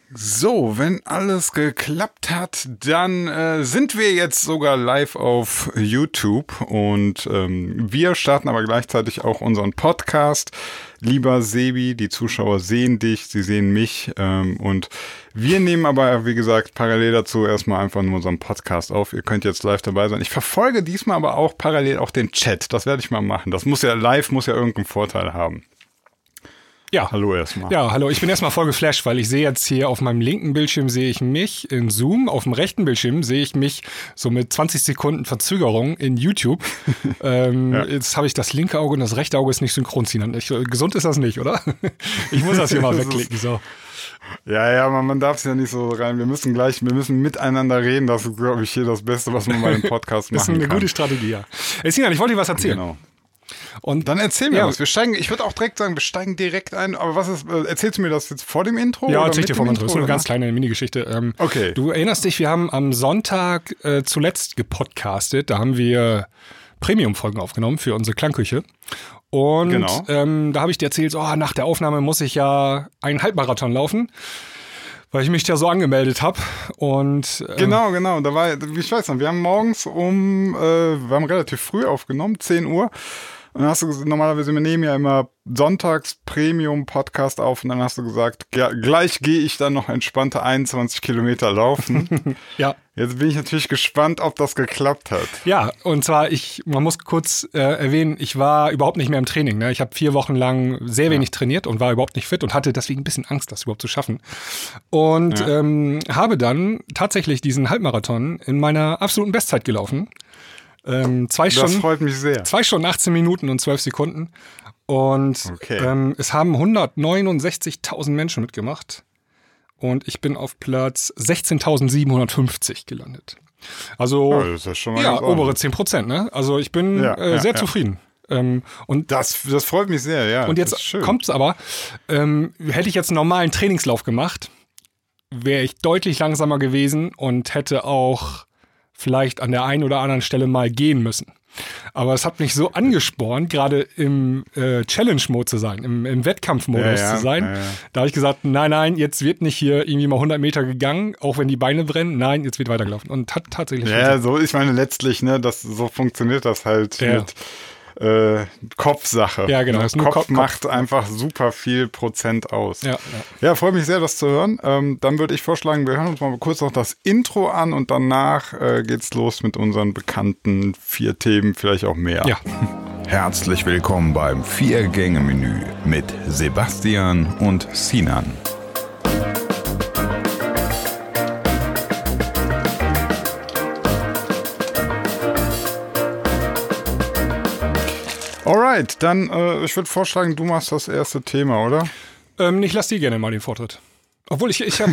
So, wenn alles geklappt hat, dann sind wir jetzt sogar live auf YouTube und wir starten aber gleichzeitig auch unseren Podcast. Lieber Sebi, die Zuschauer sehen dich, sie sehen mich und wir nehmen aber, wie gesagt, parallel dazu erstmal einfach nur unseren Podcast auf. Ihr könnt jetzt live dabei sein. Ich verfolge diesmal aber auch parallel auch den Chat. Das werde ich mal machen. Das muss ja irgendeinen Vorteil haben. Ja. Hallo erstmal. Ja, hallo. Ich bin erstmal voll geflasht, weil ich sehe jetzt hier auf meinem linken Bildschirm sehe ich mich in Zoom, auf dem rechten Bildschirm sehe ich mich so mit 20 Sekunden Verzögerung in YouTube. Jetzt habe ich das linke Auge und das rechte Auge ist nicht synchron ziehen. Gesund ist das nicht, oder? Ich muss das hier mal wegklicken. So. Ja, man darf es ja nicht so rein. Wir müssen miteinander reden. Das ist, glaube ich, hier das Beste, was man bei dem Podcast machen kann. Das ist eine gute Strategie, ja. Sinan, ich wollte dir was erzählen. Genau. Und dann erzähl mir was. Ich würde auch direkt sagen, wir steigen direkt ein. Aber erzählst du mir das jetzt vor dem Intro? Ja, erzähl ich dir vor dem Intro. Das ist eine ganz kleine Minigeschichte. Okay. Du erinnerst dich, wir haben am Sonntag zuletzt gepodcastet. Da haben wir Premium-Folgen aufgenommen für unsere Klangküche. Und genau. Da habe ich dir erzählt, nach der Aufnahme muss ich ja einen Halbmarathon laufen, weil ich mich ja so angemeldet habe. Und Genau. Da war, ich weiß noch, wir haben morgens wir haben relativ früh aufgenommen, 10 Uhr. Und dann hast du gesagt, normalerweise, wir nehmen ja immer sonntags Premium-Podcast auf und dann hast du gesagt, ja, gleich gehe ich dann noch entspannte 21 Kilometer laufen. Ja. Jetzt bin ich natürlich gespannt, ob das geklappt hat. Ja, und zwar, man muss kurz erwähnen, ich war überhaupt nicht mehr im Training. Ne? Ich habe 4 Wochen lang sehr wenig trainiert und war überhaupt nicht fit und hatte deswegen ein bisschen Angst, das überhaupt zu schaffen. Und habe dann tatsächlich diesen Halbmarathon in meiner absoluten Bestzeit gelaufen. 2 Stunden, das freut mich sehr. 2 Stunden, 18 Minuten und 12 Sekunden. Und es haben 169.000 Menschen mitgemacht. Und ich bin auf Platz 16.750 gelandet. Also, das ist ja schon mal obere 10%, ne? Also ich bin sehr zufrieden. Und das freut mich sehr, ja. Und jetzt kommt es aber, hätte ich jetzt einen normalen Trainingslauf gemacht, wäre ich deutlich langsamer gewesen und hätte auch vielleicht an der einen oder anderen Stelle mal gehen müssen. Aber es hat mich so angespornt, gerade im Challenge-Mode zu sein, im Wettkampfmodus zu sein. Ja. Da habe ich gesagt, nein, jetzt wird nicht hier irgendwie mal 100 Meter gegangen, auch wenn die Beine brennen. Nein, jetzt wird weitergelaufen. Und hat tatsächlich... Ja, so, ich meine letztlich, ne, so funktioniert das halt mit Kopfsache. Ja, genau. Kopf macht einfach super viel Prozent aus. Ja, freut mich sehr, das zu hören. Dann würde ich vorschlagen, wir hören uns mal kurz noch das Intro an und danach geht's los mit unseren bekannten 4 Themen, vielleicht auch mehr. Ja. Herzlich willkommen beim 4-Gänge-Menü mit Sebastian und Sinan. Alright, dann ich würde vorschlagen, du machst das erste Thema, oder? Ich lasse dir gerne mal den Vortritt. Obwohl ich mache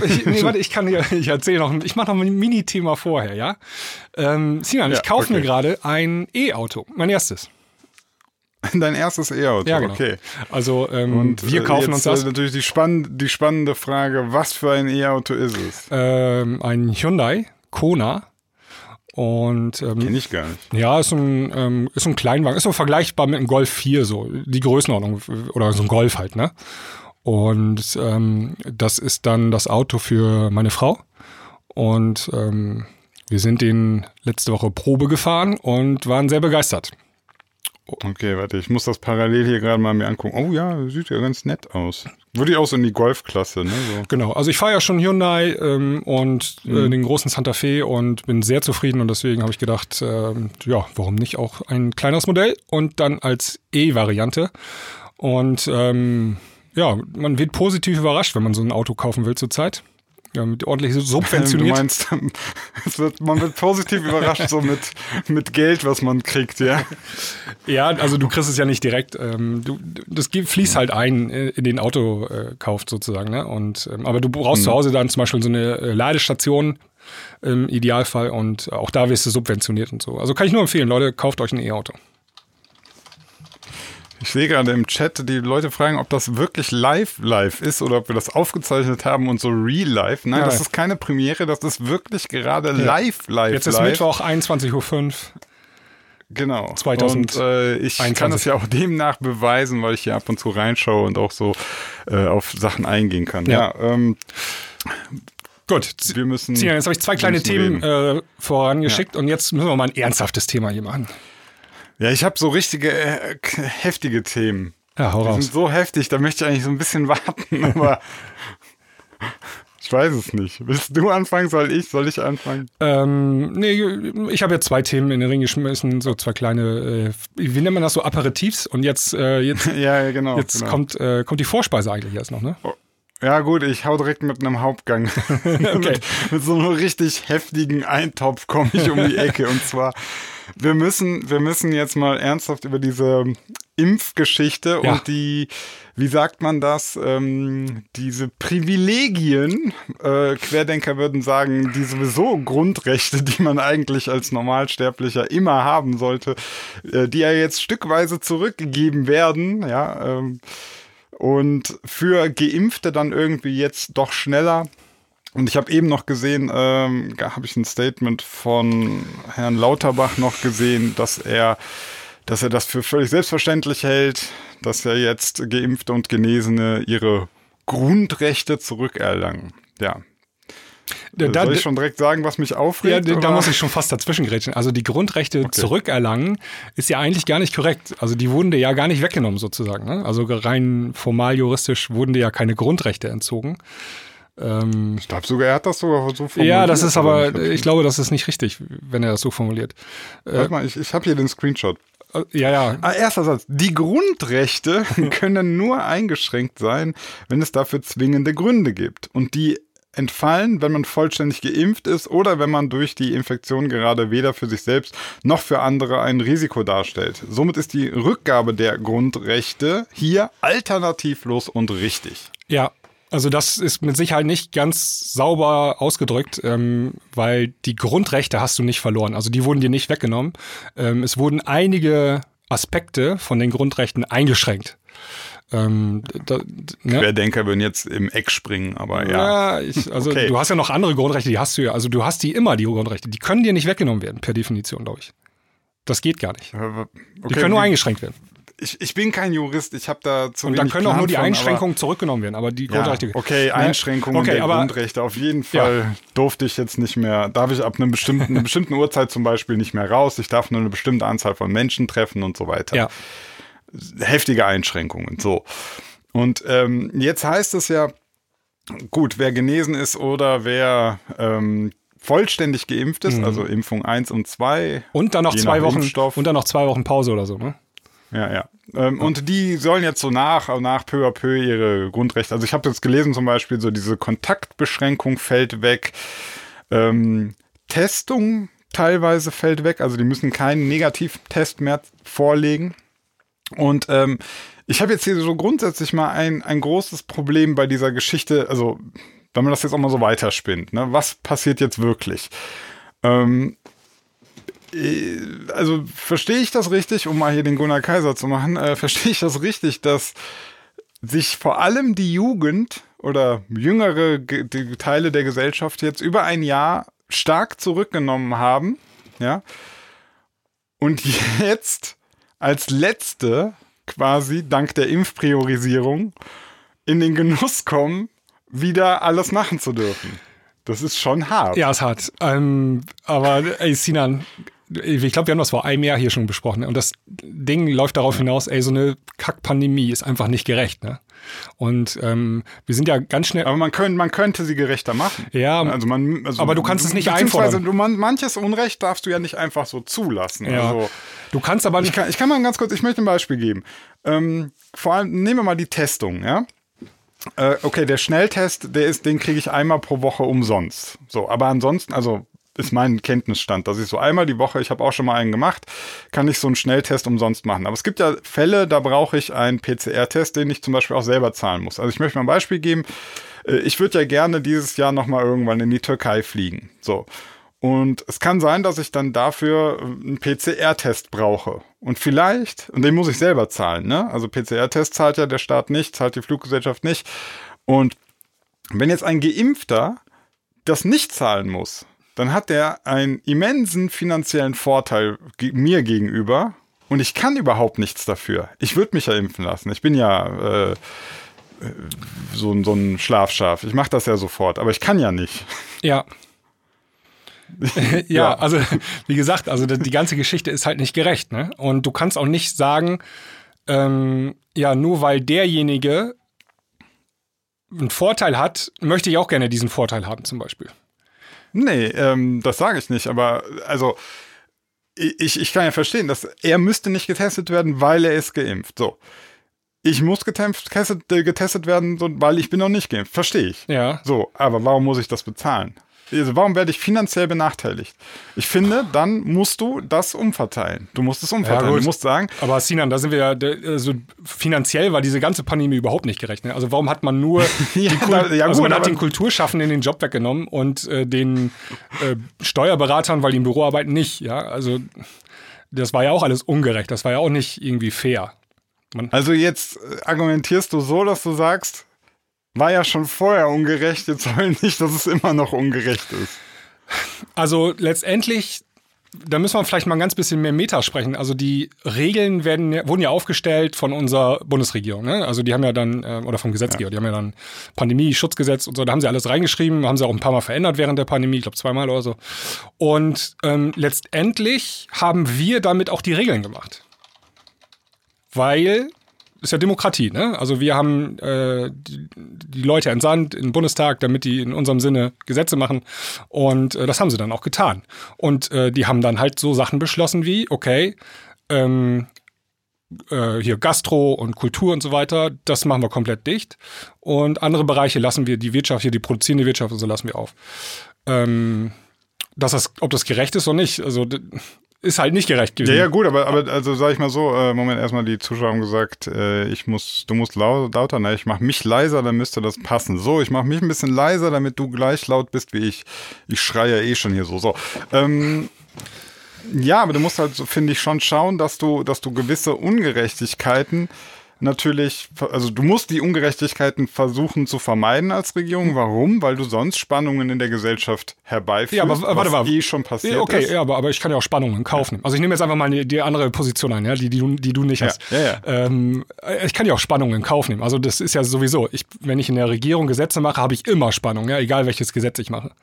noch ein Mini-Thema vorher, ja? Sinan, ich kaufe mir gerade ein E-Auto, mein erstes. Dein erstes E-Auto, ja, genau. Okay. Also und wir kaufen uns das. Natürlich die spannende Frage, was für ein E-Auto ist es? Ein Hyundai Kona. Und kenn ich gar nicht. Ja, ist ein Kleinwagen, ist so vergleichbar mit einem Golf 4, so die Größenordnung oder so ein Golf halt, ne? Und das ist dann das Auto für meine Frau. Und wir sind den letzte Woche Probe gefahren und waren sehr begeistert. Okay, warte, ich muss das parallel hier gerade mal mir angucken. Oh ja, sieht ja ganz nett aus. Würde ich auch so in die Golfklasse, ne? So. Genau, also ich fahre ja schon Hyundai und den großen Santa Fe und bin sehr zufrieden und deswegen habe ich gedacht, warum nicht auch ein kleineres Modell und dann als E-Variante. Und man wird positiv überrascht, wenn man so ein Auto kaufen will zurzeit. Ja, mit ordentlich subventioniert. Du meinst, man wird positiv überrascht so mit Geld, was man kriegt, ja? Ja, also du kriegst es ja nicht direkt. Das fließt halt ein in den Autokauf sozusagen. Ne? Aber du brauchst zu Hause dann zum Beispiel so eine Ladestation im Idealfall und auch da wirst du subventioniert und so. Also kann ich nur empfehlen, Leute, kauft euch ein E-Auto. Ich sehe gerade im Chat, die Leute fragen, ob das wirklich live ist oder ob wir das aufgezeichnet haben und so real live. Nein, das ist keine Premiere, das ist wirklich gerade live. Jetzt ist Mittwoch 21.05 Uhr. Genau. 2000. Und ich kann das ja auch demnach beweisen, weil ich hier ab und zu reinschaue und auch so auf Sachen eingehen kann. Ja. Gut, wir müssen. Jetzt habe ich 2 kleine Themen vorangeschickt und jetzt müssen wir mal ein ernsthaftes Thema hier machen. Ja, ich habe so richtige heftige Themen. Ja, hau raus. Die sind so heftig, da möchte ich eigentlich so ein bisschen warten, aber ich weiß es nicht. Willst du anfangen? Soll ich anfangen? Nee, ich habe jetzt 2 Themen in den Ring geschmissen, so 2 kleine, wie nennt man das so, Aperitifs und jetzt ja, genau. Jetzt kommt die Vorspeise eigentlich erst noch, ne? Oh. Ja gut, ich hau direkt mit einem Hauptgang. Okay. mit so einem richtig heftigen Eintopf komme ich um die Ecke. Und zwar, wir müssen jetzt mal ernsthaft über diese Impfgeschichte und die, wie sagt man das, diese Privilegien, Querdenker würden sagen, die sowieso Grundrechte, die man eigentlich als Normalsterblicher immer haben sollte, die ja jetzt stückweise zurückgegeben werden, ja, und für Geimpfte dann irgendwie jetzt doch schneller. Und ich habe eben noch gesehen, habe ich ein Statement von Herrn Lauterbach noch gesehen, dass er das für völlig selbstverständlich hält, dass ja jetzt Geimpfte und Genesene ihre Grundrechte zurückerlangen. Ja. Soll ich schon direkt sagen, was mich aufregt? Ja, da muss ich schon fast dazwischengrätschen. Also die Grundrechte zurückerlangen ist ja eigentlich gar nicht korrekt. Also die wurden dir ja gar nicht weggenommen sozusagen. Ne? Also rein formal juristisch wurden dir ja keine Grundrechte entzogen. Ich glaube sogar, er hat das sogar so formuliert. Ja, das ist aber, ich glaube, das ist nicht richtig, wenn er das so formuliert. Warte mal, ich habe hier den Screenshot. Ja. Erster Satz. Die Grundrechte können nur eingeschränkt sein, wenn es dafür zwingende Gründe gibt. Und die entfallen, wenn man vollständig geimpft ist oder wenn man durch die Infektion gerade weder für sich selbst noch für andere ein Risiko darstellt. Somit ist die Rückgabe der Grundrechte hier alternativlos und richtig. Ja, also das ist mit Sicherheit nicht ganz sauber ausgedrückt, weil die Grundrechte hast du nicht verloren. Also die wurden dir nicht weggenommen. Es wurden einige Aspekte von den Grundrechten eingeschränkt. Querdenker würden jetzt im Eck springen, aber ja. Du hast ja noch andere Grundrechte, die hast du ja. Also du hast die immer, die Grundrechte. Die können dir nicht weggenommen werden, per Definition, glaube ich. Das geht gar nicht. Die können nur eingeschränkt werden. Ich bin kein Jurist, ich habe da zu wenig Und dann können Plan auch nur die von, Einschränkungen zurückgenommen werden, aber die Grundrechte... Okay, Einschränkungen der Grundrechte, auf jeden Fall durfte ich jetzt nicht mehr, darf ich ab einer bestimmten Uhrzeit zum Beispiel nicht mehr raus, ich darf nur eine bestimmte Anzahl von Menschen treffen und so weiter. Ja. Heftige Einschränkungen, so. Und jetzt heißt es ja, gut, wer genesen ist oder wer vollständig geimpft ist, also Impfung 1 und 2. Und dann noch 2 Wochen Impfstoff. Und dann noch 2 Wochen Pause oder so, ne? Ja. Und die sollen jetzt so nach peu à peu ihre Grundrechte, also ich habe jetzt gelesen zum Beispiel, so diese Kontaktbeschränkung fällt weg, Testung teilweise fällt weg, also die müssen keinen Negativtest mehr vorlegen. Und ich habe jetzt hier so grundsätzlich mal ein großes Problem bei dieser Geschichte, also wenn man das jetzt auch mal so weiterspinnt, ne? Was passiert jetzt wirklich? Also verstehe ich das richtig, um mal hier den Gunnar Kaiser zu machen, verstehe ich das richtig, dass sich vor allem die Jugend oder jüngere Teile der Gesellschaft jetzt über ein Jahr stark zurückgenommen haben, ja, und jetzt als Letzte quasi dank der Impfpriorisierung in den Genuss kommen, wieder alles machen zu dürfen. Das ist schon hart. Ja, ist hart. Aber Sinan, ich glaube, wir haben das vor einem Jahr hier schon besprochen. Und das Ding läuft darauf hinaus, so eine Kackpandemie ist einfach nicht gerecht. Ne? Und wir sind ja ganz schnell... Aber man könnte sie gerechter machen. Ja, aber du kannst es nicht einfordern. Manches Unrecht darfst du ja nicht einfach so zulassen. Ja. Also, du kannst aber nicht... Ich kann mal ganz kurz, ich möchte ein Beispiel geben. Vor allem, nehmen wir mal die Testung, ja? Okay, der Schnelltest, den kriege ich einmal pro Woche umsonst. So, aber ansonsten, also ist mein Kenntnisstand, dass ich so einmal die Woche, ich habe auch schon mal einen gemacht, kann ich so einen Schnelltest umsonst machen. Aber es gibt ja Fälle, da brauche ich einen PCR-Test, den ich zum Beispiel auch selber zahlen muss. Also ich möchte mal ein Beispiel geben. Ich würde ja gerne dieses Jahr nochmal irgendwann in die Türkei fliegen. So. Und es kann sein, dass ich dann dafür einen PCR-Test brauche. Und vielleicht, und den muss ich selber zahlen, ne? Also PCR-Test zahlt ja der Staat nicht, zahlt die Fluggesellschaft nicht. Und wenn jetzt ein Geimpfter das nicht zahlen muss, dann hat der einen immensen finanziellen Vorteil mir gegenüber und ich kann überhaupt nichts dafür. Ich würde mich ja impfen lassen. Ich bin ja so ein Schlafschaf. Ich mache das ja sofort, aber ich kann ja nicht. Ja. Ja, also wie gesagt, also die ganze Geschichte ist halt nicht gerecht, ne? Und du kannst auch nicht sagen, nur weil derjenige einen Vorteil hat, möchte ich auch gerne diesen Vorteil haben zum Beispiel. Nee, das sage ich nicht, aber also ich kann ja verstehen, dass er müsste nicht getestet werden, weil er ist geimpft. So. Ich muss getestet werden, weil ich bin noch nicht geimpft. Verstehe ich. Ja. So, aber warum muss ich das bezahlen? Also warum werde ich finanziell benachteiligt? Ich finde, dann musst du das umverteilen. Du musst es umverteilen. Ja, du musst sagen. Aber Sinan, da sind wir ja, also finanziell war diese ganze Pandemie überhaupt nicht gerecht. Ne? Also warum hat man nur man hat den Kulturschaffenden den Job weggenommen und den Steuerberatern, weil die im Büro arbeiten, nicht. Ja, also das war ja auch alles ungerecht. Das war ja auch nicht irgendwie fair. Also jetzt argumentierst du so, dass du sagst, war ja schon vorher ungerecht, jetzt wollen nicht, dass es immer noch ungerecht ist. Also letztendlich, da müssen wir vielleicht mal ein ganz bisschen mehr Meta sprechen. Also die Regeln wurden ja aufgestellt von unserer Bundesregierung. Ne? Also die haben ja dann, oder vom Gesetzgeber, die haben ja dann Pandemie-Schutzgesetz und so, da haben sie alles reingeschrieben, haben sie auch ein paar Mal verändert während der Pandemie, ich glaube 2-mal oder so. Und letztendlich haben wir damit auch die Regeln gemacht. Weil ist ja Demokratie, ne? Also wir haben die Leute entsandt in den Bundestag, damit die in unserem Sinne Gesetze machen und das haben sie dann auch getan. Und die haben dann halt so Sachen beschlossen wie, okay, hier Gastro und Kultur und so weiter, das machen wir komplett dicht und andere Bereiche lassen wir, die Wirtschaft hier, die produzierende Wirtschaft und so lassen wir auf. Ob das gerecht ist oder nicht, also ist halt nicht gerecht gewesen. Ja, gut, aber also sag ich mal so, Moment, erstmal die Zuschauer haben gesagt, du musst lauter, ne, ich mach mich leiser, dann müsste das passen. So, ich mach mich ein bisschen leiser, damit du gleich laut bist wie ich. Ich schreie ja eh schon hier so. Ja, aber du musst halt, so finde ich, schon schauen, dass du gewisse Ungerechtigkeiten natürlich, also du musst die Ungerechtigkeiten versuchen zu vermeiden als Regierung. Warum? Weil du sonst Spannungen in der Gesellschaft herbeiführst, ja, aber warte mal. eh schon passiert ist. Okay, ja, aber ich kann ja auch Spannungen in Kauf nehmen. Also ich nehme jetzt einfach mal die andere Position ein, ja, die du nicht hast. Ja. Ich kann ja auch Spannungen in Kauf nehmen. Also das ist ja sowieso, wenn ich in der Regierung Gesetze mache, habe ich immer Spannung, ja, egal welches Gesetz ich mache.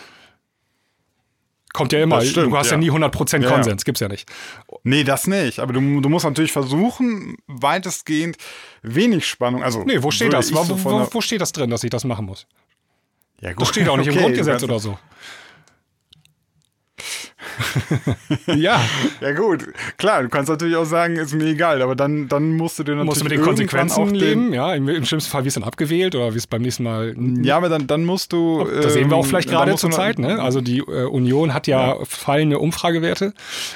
Kommt ja immer, stimmt, du hast ja nie 100% Konsens, gibt's ja nicht. Nee, das nicht, aber du musst natürlich versuchen, weitestgehend wenig Spannung, also... Nee, wo steht das? Wo steht das drin, dass ich das machen muss? Ja, gut. Das steht auch nicht im Grundgesetz oder so. Ja. Ja gut, klar, du kannst natürlich auch sagen, ist mir egal, aber dann musst du dir natürlich mit den Konsequenzen leben, ja, im schlimmsten Fall wirst du dann abgewählt oder wirst beim nächsten Mal... Ja, aber dann musst du... Das sehen wir auch vielleicht gerade zur Zeit, ne? Also die Union hat ja fallende Umfragewerte,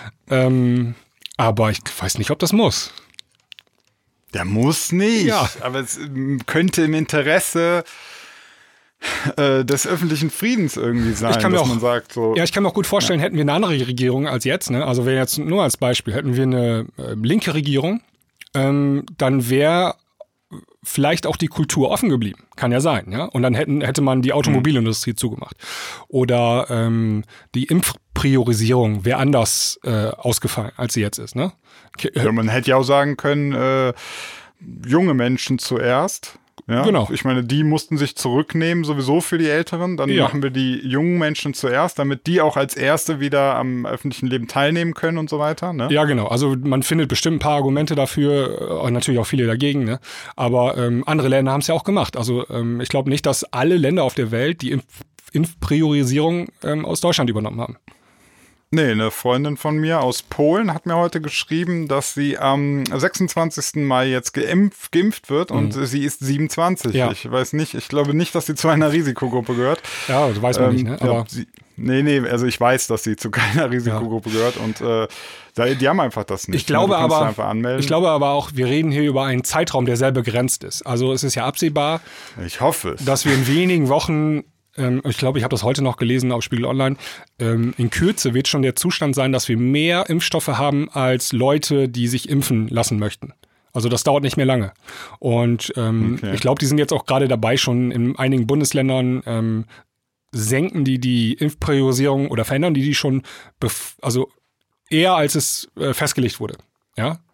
aber ich weiß nicht, ob das muss. Der muss nicht, ja. Aber es könnte im Interesse des öffentlichen Friedens irgendwie sein, man sagt so. Ja, ich kann mir auch gut vorstellen, hätten wir eine andere Regierung als jetzt, ne? Also wäre jetzt nur als Beispiel, hätten wir eine linke Regierung, dann wäre vielleicht auch die Kultur offen geblieben. Kann ja sein, ja? Und dann hätte man die Automobilindustrie zugemacht. Oder die Impfpriorisierung wäre anders ausgefallen, als sie jetzt ist, ne? Ja, man hätte ja auch sagen können, junge Menschen zuerst. Ja, genau. Ich meine, die mussten sich zurücknehmen, sowieso für die Älteren. Dann machen wir die jungen Menschen zuerst, damit die auch als Erste wieder am öffentlichen Leben teilnehmen können und so weiter. Ne? Ja, genau. Also man findet bestimmt ein paar Argumente dafür, natürlich auch viele dagegen. Ne? Aber andere Länder haben es ja auch gemacht. Also ich glaube nicht, dass alle Länder auf der Welt die Impfpriorisierung aus Deutschland übernommen haben. Nee, eine Freundin von mir aus Polen hat mir heute geschrieben, dass sie am 26. Mai jetzt geimpft wird und sie ist 27. Ja. Ich weiß nicht, ich glaube nicht, dass sie zu einer Risikogruppe gehört. Ja, das weiß man nicht, ne? Aber also ich weiß, dass sie zu keiner Risikogruppe gehört und die haben einfach das nicht. Ich glaube aber auch, wir reden hier über einen Zeitraum, der sehr begrenzt ist. Also es ist ja absehbar, ich hoffe es, dass wir in wenigen Wochen, ich glaube, ich habe das heute noch gelesen auf Spiegel Online, in Kürze wird schon der Zustand sein, dass wir mehr Impfstoffe haben als Leute, die sich impfen lassen möchten. Also das dauert nicht mehr lange. Und ich glaube, die sind jetzt auch gerade dabei, schon in einigen Bundesländern senken die Impfpriorisierung oder verändern die schon, also eher als es festgelegt wurde. Ja.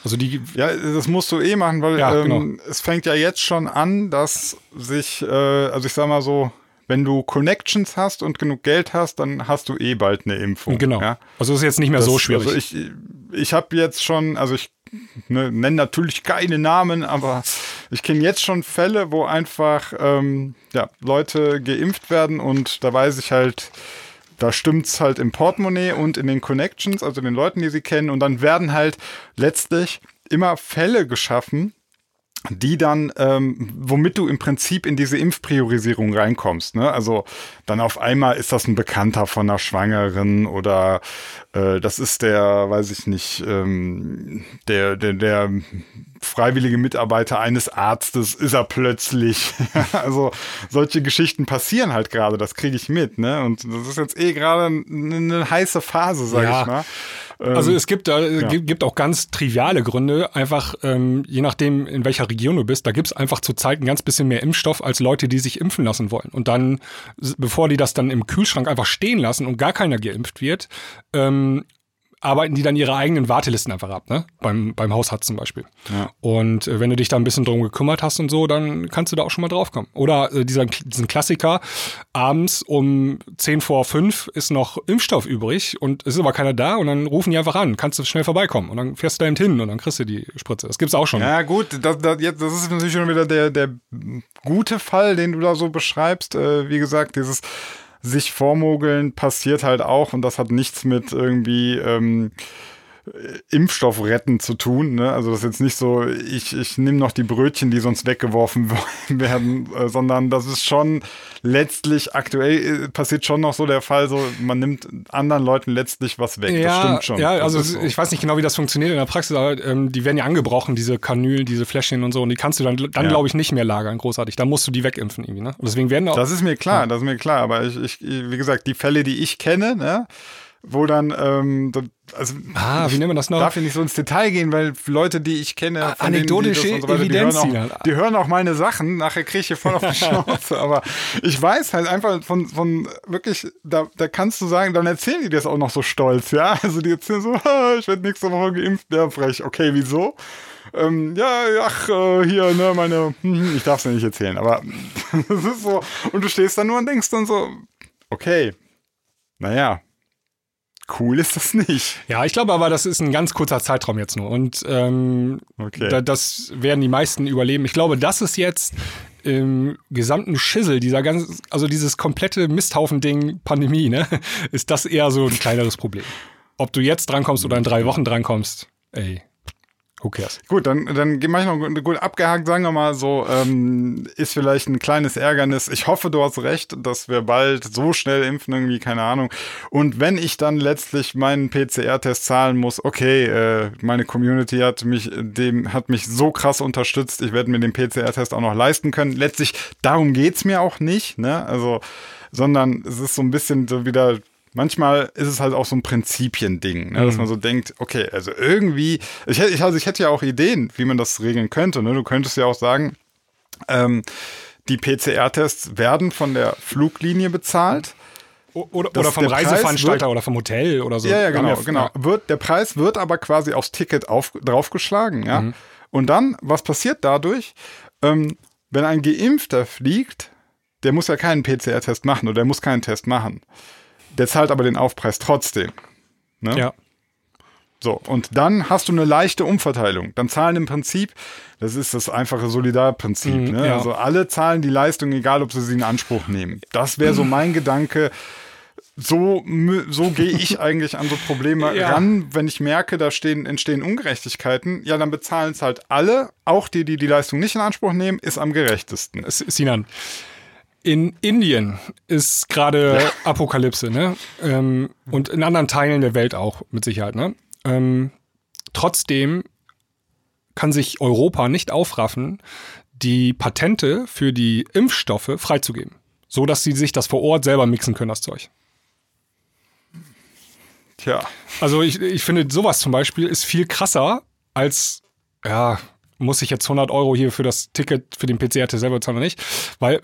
Also ja, das musst du machen, weil genau. es fängt ja jetzt schon an, dass sich, also ich sag mal so, wenn du Connections hast und genug Geld hast, dann hast du bald eine Impfung. Genau. Ja? Also das ist jetzt nicht mehr so schwierig. Also ich habe jetzt schon, also ich nenne natürlich keine Namen, aber ich kenne jetzt schon Fälle, wo einfach Leute geimpft werden und da weiß ich halt, da stimmt's halt im Portemonnaie und in den Connections, also den Leuten, die sie kennen, und dann werden halt letztlich immer Fälle geschaffen, die dann, womit du im Prinzip in diese Impfpriorisierung reinkommst, ne? Also dann auf einmal ist das ein Bekannter von einer Schwangeren oder das ist der, weiß ich nicht, der freiwillige Mitarbeiter eines Arztes ist er plötzlich. Also solche Geschichten passieren halt gerade, das kriege ich mit, ne? Und das ist jetzt gerade eine heiße Phase, sag ich mal. Also es gibt auch ganz triviale Gründe, einfach je nachdem, in welcher Region du bist, da gibt es einfach zurzeit ein ganz bisschen mehr Impfstoff als Leute, die sich impfen lassen wollen. Und dann, bevor die das dann im Kühlschrank einfach stehen lassen und gar keiner geimpft wird, arbeiten die dann ihre eigenen Wartelisten einfach ab, ne? Beim Hausarzt zum Beispiel. Ja. Und wenn du dich da ein bisschen drum gekümmert hast und so, dann kannst du da auch schon mal draufkommen. Oder diesen Klassiker, abends um 10:05 ist noch Impfstoff übrig und es ist aber keiner da und dann rufen die einfach an, kannst du schnell vorbeikommen und dann fährst du da hin und dann kriegst du die Spritze. Das gibt's auch schon. Ja gut, das ist natürlich schon wieder der gute Fall, den du da so beschreibst. Wie gesagt, dieses sich vormogeln passiert halt auch und das hat nichts mit irgendwie Impfstoff retten zu tun, ne? Also das ist jetzt nicht so, ich nehme noch die Brötchen, die sonst weggeworfen werden, sondern das ist schon letztlich aktuell passiert schon noch so der Fall, so man nimmt anderen Leuten letztlich was weg. Ja, das stimmt schon. Ja, also so. Ich weiß nicht genau, wie das funktioniert in der Praxis, aber die werden ja angebrochen, diese Kanülen, diese Fläschchen und so, und die kannst du dann glaube ich, nicht mehr lagern, großartig. Da musst du die wegimpfen irgendwie, ne? Und deswegen werden auch. Das ist mir klar, aber ich, wie gesagt, die Fälle, die ich kenne, ne? Wo dann, wie nennt man das noch? Darf ich nicht so ins Detail gehen, weil Leute, die ich kenne, anekdotische Evidenz, die hören auch meine Sachen, nachher kriege ich hier voll auf die Schnauze, aber ich weiß halt einfach von wirklich, da kannst du sagen, dann erzählen die das auch noch so stolz, ja, also die erzählen so, ich werde nächste Woche geimpft, ja, frech, okay, wieso? Hier, ne, ich darf es ja nicht erzählen, aber das ist so, und du stehst da nur und denkst dann so, okay, naja, cool ist das nicht. Ja, ich glaube aber, das ist ein ganz kurzer Zeitraum jetzt nur. Und das werden die meisten überleben. Ich glaube, das ist jetzt im gesamten Schissel, dieses komplette Misthaufen-Ding, Pandemie, ne, ist das eher so ein kleineres Problem. Ob du jetzt drankommst oder in 3 Wochen drankommst, who cares? Gut, dann mache ich noch gut abgehakt, sagen wir mal so, ist vielleicht ein kleines Ärgernis. Ich hoffe, du hast recht, dass wir bald so schnell impfen, irgendwie, keine Ahnung. Und wenn ich dann letztlich meinen PCR-Test zahlen muss, okay, meine Community hat mich so krass unterstützt, ich werde mir den PCR-Test auch noch leisten können. Letztlich, darum geht's mir auch nicht, ne? Also, sondern es ist so ein bisschen so wieder. Manchmal ist es halt auch so ein Prinzipiending, ne, dass man so denkt, okay, also irgendwie, ich hätte ja auch Ideen, wie man das regeln könnte. Ne? Du könntest ja auch sagen, die PCR-Tests werden von der Fluglinie bezahlt. Oder vom Reiseveranstalter oder vom Hotel oder so. Ja, genau. Der Preis wird aber quasi aufs Ticket draufgeschlagen. Ja? Und dann, was passiert dadurch? Wenn ein Geimpfter fliegt, der muss ja keinen PCR-Test machen oder der muss keinen Test machen. Der zahlt aber den Aufpreis trotzdem. Ne? Ja. So, und dann hast du eine leichte Umverteilung. Dann zahlen im Prinzip, das ist das einfache Solidarprinzip. Ne? Ja. Also alle zahlen die Leistung, egal ob sie in Anspruch nehmen. Das wäre so mein Gedanke. So gehe ich eigentlich an so Probleme ran, wenn ich merke, da entstehen Ungerechtigkeiten. Ja, dann bezahlen es halt alle, auch die Leistung nicht in Anspruch nehmen, ist am gerechtesten. Sinan. In Indien ist gerade Apokalypse, ne? Und in anderen Teilen der Welt auch, mit Sicherheit, ne? Trotzdem kann sich Europa nicht aufraffen, die Patente für die Impfstoffe freizugeben. So, dass sie sich das vor Ort selber mixen können, das Zeug. Tja. Also ich finde, sowas zum Beispiel ist viel krasser als, muss ich jetzt 100 € hier für das Ticket für den PCR-Test selber zahlen oder nicht? Weil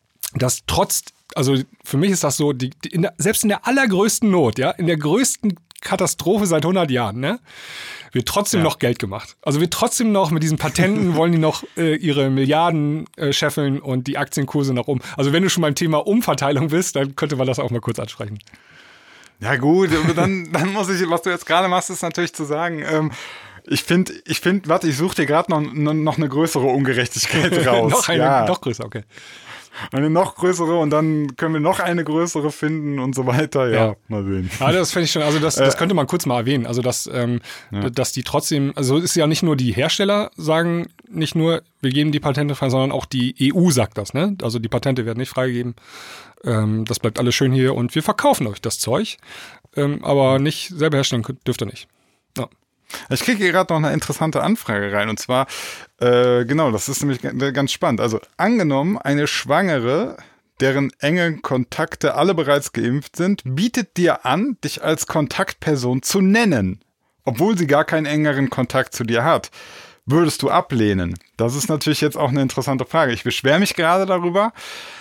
also für mich ist das so, selbst in der allergrößten Not, ja, in der größten Katastrophe seit 100 Jahren, ne? Wird trotzdem noch Geld gemacht. Also wird trotzdem noch mit diesen Patenten wollen die noch ihre Milliarden scheffeln und die Aktienkurse nach oben. Also wenn du schon beim Thema Umverteilung bist, dann könnte man das auch mal kurz ansprechen. Ja gut, dann muss ich, was du jetzt gerade machst, ist natürlich zu sagen, ich finde, warte, ich suche dir gerade noch eine größere Ungerechtigkeit raus. Noch größer, okay. Eine noch größere und dann können wir noch eine größere finden und so weiter. Ja. Mal sehen. Ja, das finde ich schon, also das könnte man kurz mal erwähnen. Also dass die trotzdem, also es ist ja nicht nur die Hersteller sagen nicht nur, wir geben die Patente frei, sondern auch die EU sagt das, ne? Also die Patente werden nicht freigegeben. Das bleibt alles schön hier und wir verkaufen euch das Zeug. Aber nicht selber herstellen dürft ihr nicht. Ja. Ich kriege hier gerade noch eine interessante Anfrage rein und zwar, genau, das ist nämlich ganz spannend. Also angenommen, eine Schwangere, deren enge Kontakte alle bereits geimpft sind, bietet dir an, dich als Kontaktperson zu nennen, obwohl sie gar keinen engeren Kontakt zu dir hat. Würdest du ablehnen? Das ist natürlich jetzt auch eine interessante Frage. Ich beschwere mich gerade darüber.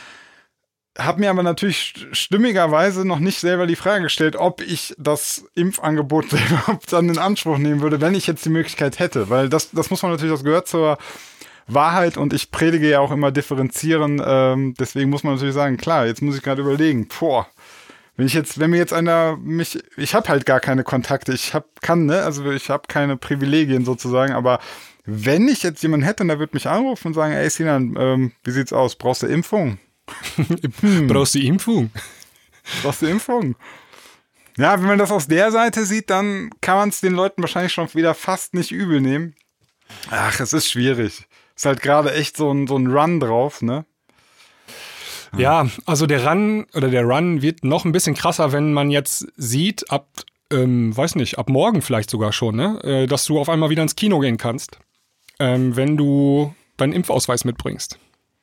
Habe mir aber natürlich stimmigerweise noch nicht selber die Frage gestellt, ob ich das Impfangebot überhaupt dann in Anspruch nehmen würde, wenn ich jetzt die Möglichkeit hätte. Weil das muss man natürlich, das gehört zur Wahrheit und ich predige ja auch immer differenzieren. Deswegen muss man natürlich sagen, klar, jetzt muss ich gerade überlegen, wenn mir jetzt einer ich habe halt gar keine Kontakte, ich habe keine Privilegien sozusagen, aber wenn ich jetzt jemanden hätte und der würde mich anrufen und sagen, ey Sinan, wie sieht's aus, brauchst du Impfung? Brauchst du Impfung? Brauchst du Impfung? Ja, wenn man das aus der Seite sieht, dann kann man es den Leuten wahrscheinlich schon wieder fast nicht übel nehmen. Ach, es ist schwierig. Ist halt gerade echt so ein Run drauf, ne? Ja, also der Run wird noch ein bisschen krasser, wenn man jetzt sieht, ab morgen vielleicht sogar schon, ne? Dass du auf einmal wieder ins Kino gehen kannst, wenn du deinen Impfausweis mitbringst.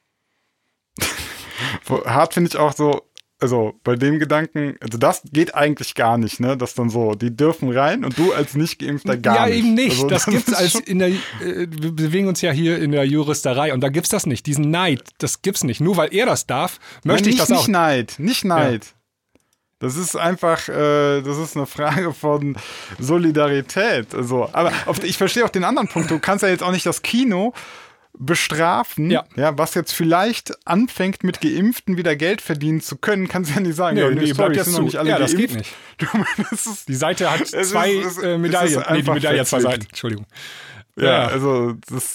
Hart finde ich auch so, also bei dem Gedanken, also das geht eigentlich gar nicht, ne? Dass dann so, die dürfen rein und du als Nicht-Geimpfter gar nicht. Ja, eben nicht. Also, das gibt's wir bewegen uns ja hier in der Juristerei und da gibt's das nicht. Diesen Neid, das gibt's nicht. Nur weil er das darf, möchte ich das auch. Nicht Neid. Ja. Das ist einfach, das ist eine Frage von Solidarität. Also, aber ich verstehe auch den anderen Punkt. Du kannst ja jetzt auch nicht das Kino bestrafen, was jetzt vielleicht anfängt mit Geimpften wieder Geld verdienen zu können, kannst du ja nicht sagen, bleibt jetzt noch nicht alle das geimpft. geht nicht. Die Seite hat zwei Medaillen. Die Medaille hat zwei Seiten. Entschuldigung. Ja, also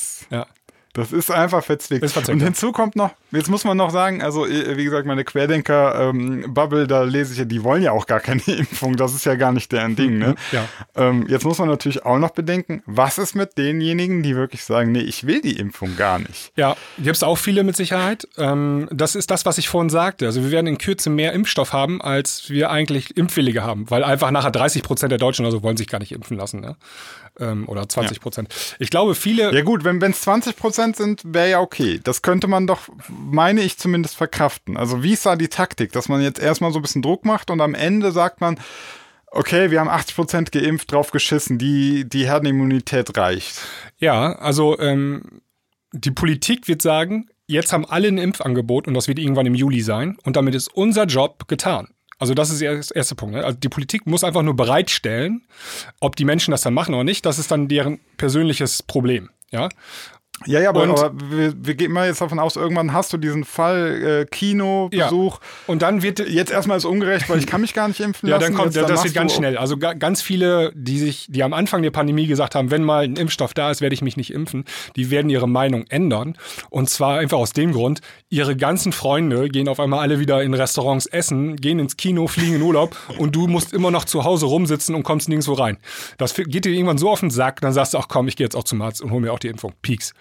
das ist einfach verzwickt. Und hinzu kommt noch, jetzt muss man noch sagen, also wie gesagt, meine Querdenker-Bubble, da lese ich ja, die wollen ja auch gar keine Impfung, das ist ja gar nicht deren Ding, ne? Ja. Jetzt muss man natürlich auch noch bedenken, was ist mit denjenigen, die wirklich sagen, nee, ich will die Impfung gar nicht. Ja, gibt es auch viele mit Sicherheit. Das ist das, was ich vorhin sagte. Also wir werden in Kürze mehr Impfstoff haben, als wir eigentlich Impfwillige haben, weil einfach nachher 30% der Deutschen oder so wollen sich gar nicht impfen lassen, ne? Oder 20%. Ich glaube, viele... Ja gut, wenn es 20% sind, wäre ja okay. Das könnte man doch, meine ich, zumindest verkraften. Also wie ist da die Taktik, dass man jetzt erstmal so ein bisschen Druck macht und am Ende sagt man, okay, wir haben 80% geimpft, drauf geschissen, die Herdenimmunität reicht. Ja, also die Politik wird sagen, jetzt haben alle ein Impfangebot und das wird irgendwann im Juli sein und damit ist unser Job getan. Also das ist der erste Punkt. Ne? Also die Politik muss einfach nur bereitstellen, ob die Menschen das dann machen oder nicht. Das ist dann deren persönliches Problem. Ja. Ja, aber wir gehen mal jetzt davon aus, irgendwann hast du diesen Fall Kinobesuch. Ja. Und dann wird jetzt erstmal ist ungerecht, weil ich kann mich gar nicht impfen lassen. Ja, dann kommt, das wird ganz schnell. Also ganz viele, die am Anfang der Pandemie gesagt haben, wenn mal ein Impfstoff da ist, werde ich mich nicht impfen, die werden ihre Meinung ändern. Und zwar einfach aus dem Grund, ihre ganzen Freunde gehen auf einmal alle wieder in Restaurants essen, gehen ins Kino, fliegen in Urlaub und du musst immer noch zu Hause rumsitzen und kommst nirgendwo rein. Das geht dir irgendwann so auf den Sack, dann sagst du, ach komm, ich gehe jetzt auch zum Arzt und hol mir auch die Impfung. Pieks.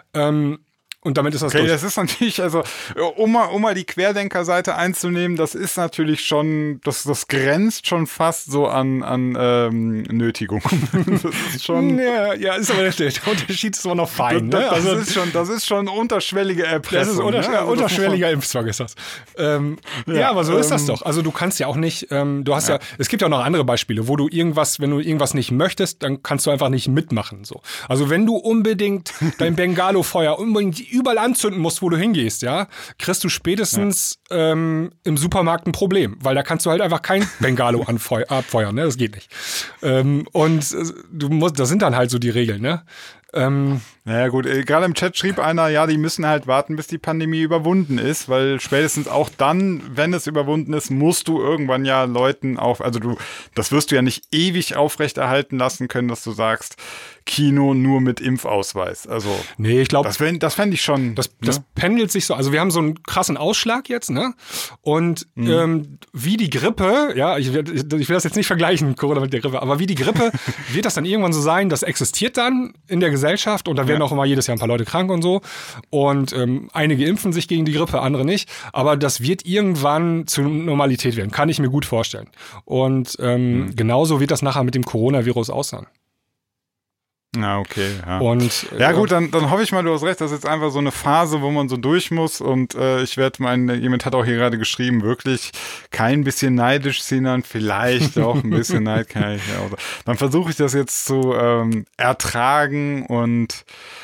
Und damit ist das durch. Das ist natürlich, also um mal die Querdenker-Seite einzunehmen, das ist natürlich schon, das grenzt schon fast so an Nötigung. Das ist schon... Ja, ist aber der Unterschied ist immer noch fein. Das ist schon unterschwellige Erpressung. Das ist unterschwelliger Impfzwang ist das. Ja, aber so ist das doch. Also du kannst ja auch nicht, es gibt ja auch noch andere Beispiele, wo wenn du irgendwas nicht möchtest, dann kannst du einfach nicht mitmachen. So. Also wenn du unbedingt dein Bengalo-Feuer unbedingt überall anzünden musst, wo du hingehst, ja, kriegst du spätestens im Supermarkt ein Problem, weil da kannst du halt einfach kein Bengalo abfeuern, ne? Das geht nicht. Das sind dann halt so die Regeln, ne? Naja gut, gerade im Chat schrieb einer, ja, die müssen halt warten, bis die Pandemie überwunden ist, weil spätestens auch dann, wenn es überwunden ist, musst du irgendwann ja Leuten das wirst du ja nicht ewig aufrechterhalten lassen können, dass du sagst, Kino nur mit Impfausweis. Also, nee, ich glaube, das fände ich schon. Das pendelt sich so. Also wir haben so einen krassen Ausschlag jetzt, ne? Und wie die Grippe, ja, ich will das jetzt nicht vergleichen, Corona mit der Grippe, aber wie die Grippe wird das dann irgendwann so sein, das existiert dann in der Gesellschaft und da werden auch immer jedes Jahr ein paar Leute krank und so. Und einige impfen sich gegen die Grippe, andere nicht. Aber das wird irgendwann zur Normalität werden, kann ich mir gut vorstellen. Und genauso wird das nachher mit dem Coronavirus aussehen. Ja, okay. Ja, und, gut, dann hoffe ich mal, du hast recht, das ist jetzt einfach so eine Phase, wo man so durch muss und jemand hat auch hier gerade geschrieben, wirklich kein bisschen neidisch, Sinan, vielleicht auch ein bisschen Neid kann ich ja auch. Dann versuche ich das jetzt zu ertragen und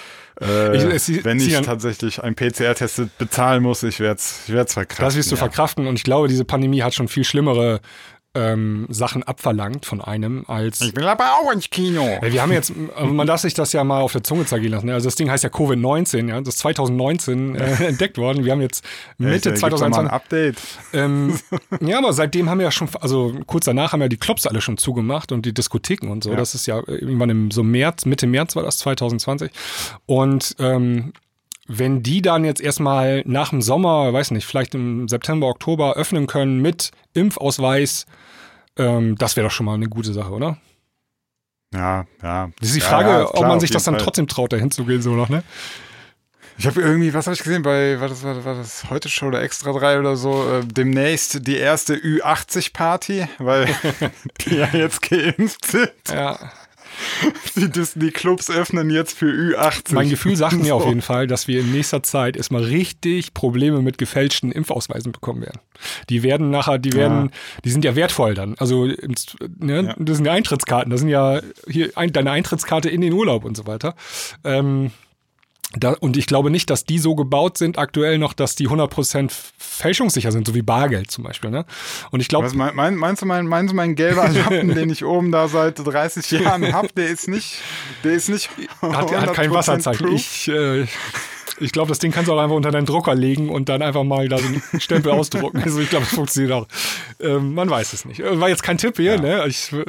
wenn ich tatsächlich einen PCR-Test bezahlen muss, ich werde es verkraften. Das wirst du verkraften und ich glaube, diese Pandemie hat schon viel schlimmere Sachen abverlangt von einem als... Ich will aber auch ins Kino. Wir haben jetzt, man darf sich das ja mal auf der Zunge zergehen lassen. Ne? Also das Ding heißt ja Covid-19, ja, das ist 2019 entdeckt worden. Wir haben jetzt Mitte 2021... Mal ein Update. Ja, aber seitdem haben wir ja schon, also kurz danach haben ja die Clubs alle schon zugemacht und die Diskotheken und so. Ja. Das ist ja irgendwann Mitte März war das 2020. Und wenn die dann jetzt erstmal nach dem Sommer, weiß nicht, vielleicht im September, Oktober öffnen können mit Impfausweis, das wäre doch schon mal eine gute Sache, oder? Ja. Das ist die Frage, ob man sich das dann trotzdem traut, da hinzugehen, so noch, ne? Ich habe irgendwie, was habe ich gesehen, war das Heute Show oder Extra 3 oder so, demnächst die erste Ü80-Party, weil die ja jetzt geimpft sind. Ja. Die Clubs öffnen jetzt für Ü80. Mein Gefühl sagt mir auf jeden Fall, dass wir in nächster Zeit erstmal richtig Probleme mit gefälschten Impfausweisen bekommen werden. Die werden nachher, die sind ja wertvoll dann. Also, ne, das sind ja Eintrittskarten, das sind ja hier deine Eintrittskarte in den Urlaub und so weiter. Und ich glaube nicht, dass die so gebaut sind aktuell noch, dass die 100% fälschungssicher sind, so wie Bargeld zum Beispiel. Ne? Und ich glaube, meinst du mein gelber Lappen, den ich oben da seit 30 Jahren habe, der ist nicht hat kein Wasserzeichen. Ich glaube, das Ding kannst du auch einfach unter deinen Drucker legen und dann einfach mal da so einen Stempel ausdrucken. Also ich glaube, das funktioniert auch. Man weiß es nicht. War jetzt kein Tipp hier, ne?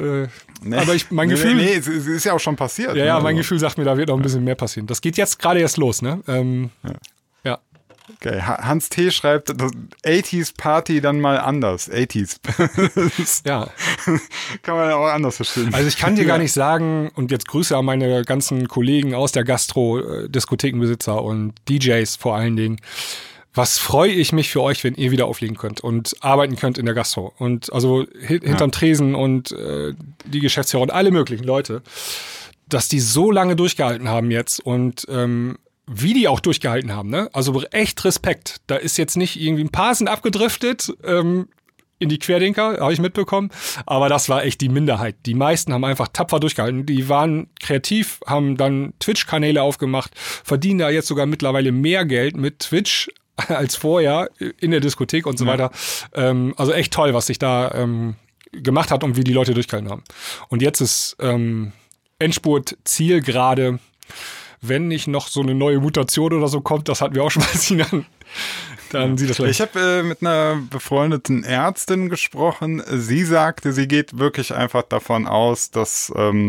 Aber mein Gefühl... Nee, es ist ja auch schon passiert. Ja, mein Gefühl sagt mir, da wird noch ein bisschen mehr passieren. Das geht jetzt gerade erst los, ne? Ja. Okay, Hans T. schreibt, 80s Party dann mal anders. 80s. Ja. Kann man ja auch anders verstehen. Also ich kann dir gar nicht sagen, und jetzt Grüße an meine ganzen Kollegen aus der Gastro, Diskothekenbesitzer und DJs vor allen Dingen. Was freue ich mich für euch, wenn ihr wieder auflegen könnt und arbeiten könnt in der Gastro. Und also hinterm Tresen und die Geschäftsführer und alle möglichen Leute, dass die so lange durchgehalten haben jetzt und wie die auch durchgehalten haben, ne? Also echt Respekt. Da ist jetzt nicht irgendwie ein paar sind abgedriftet in die Querdenker, habe ich mitbekommen. Aber das war echt die Minderheit. Die meisten haben einfach tapfer durchgehalten. Die waren kreativ, haben dann Twitch-Kanäle aufgemacht, verdienen da jetzt sogar mittlerweile mehr Geld mit Twitch als vorher in der Diskothek und so weiter. Also echt toll, was sich da gemacht hat und wie die Leute durchgehalten haben. Und jetzt ist Endspurt, Ziel gerade. Wenn nicht noch so eine neue Mutation oder so kommt, das hatten wir auch schon mal, dann sieht das gleich. Ich habe mit einer befreundeten Ärztin gesprochen. Sie sagte, sie geht wirklich einfach davon aus, dass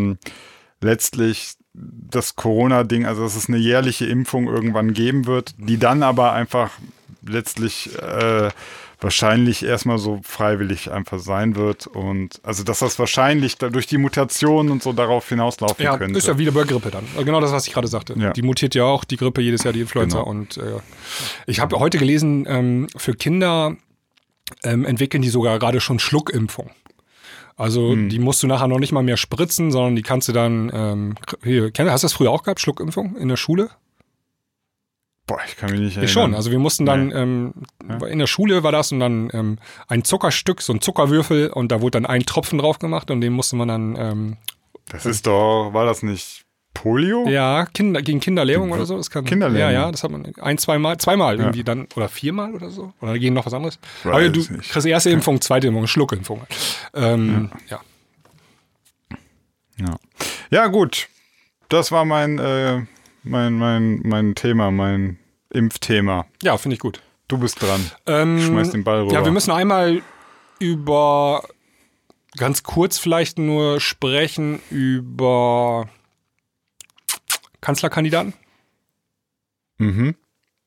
letztlich das Corona-Ding, also dass es eine jährliche Impfung irgendwann geben wird, die dann aber einfach letztlich wahrscheinlich erstmal so freiwillig einfach sein wird und also dass das wahrscheinlich durch die Mutation und so darauf hinauslaufen könnte. Ja, ist ja wieder bei Grippe dann. Genau das, was ich gerade sagte. Ja. Die mutiert ja auch, die Grippe jedes Jahr, die Influenza. Genau. Und ich habe heute gelesen, für Kinder entwickeln die sogar gerade schon Schluckimpfung. Also die musst du nachher noch nicht mal mehr spritzen, sondern die kannst du dann, hast du das früher auch gehabt, Schluckimpfung in der Schule? Boah, ich kann mich nicht erinnern. Ich schon, also wir mussten dann, in der Schule war das und dann ein Zuckerstück, so ein Zuckerwürfel und da wurde dann ein Tropfen drauf gemacht und den musste man dann... war das nicht Polio? Ja, gegen Kinderlähmung oder so. Das kann, Kinderlähmung? Ja, das hat man zweimal irgendwie dann, oder 4-mal oder so. Oder gegen noch was anderes. Weiß Aber du nicht. kriegst erste Impfung, zweite Impfung, Schluckimpfung. Ja. Ja, gut. Das war mein Thema, mein Impfthema. Ja, finde ich gut. Du bist dran. Schmeiß den Ball rüber. Ja, wir müssen einmal ganz kurz vielleicht nur sprechen über Kanzlerkandidaten. Mhm.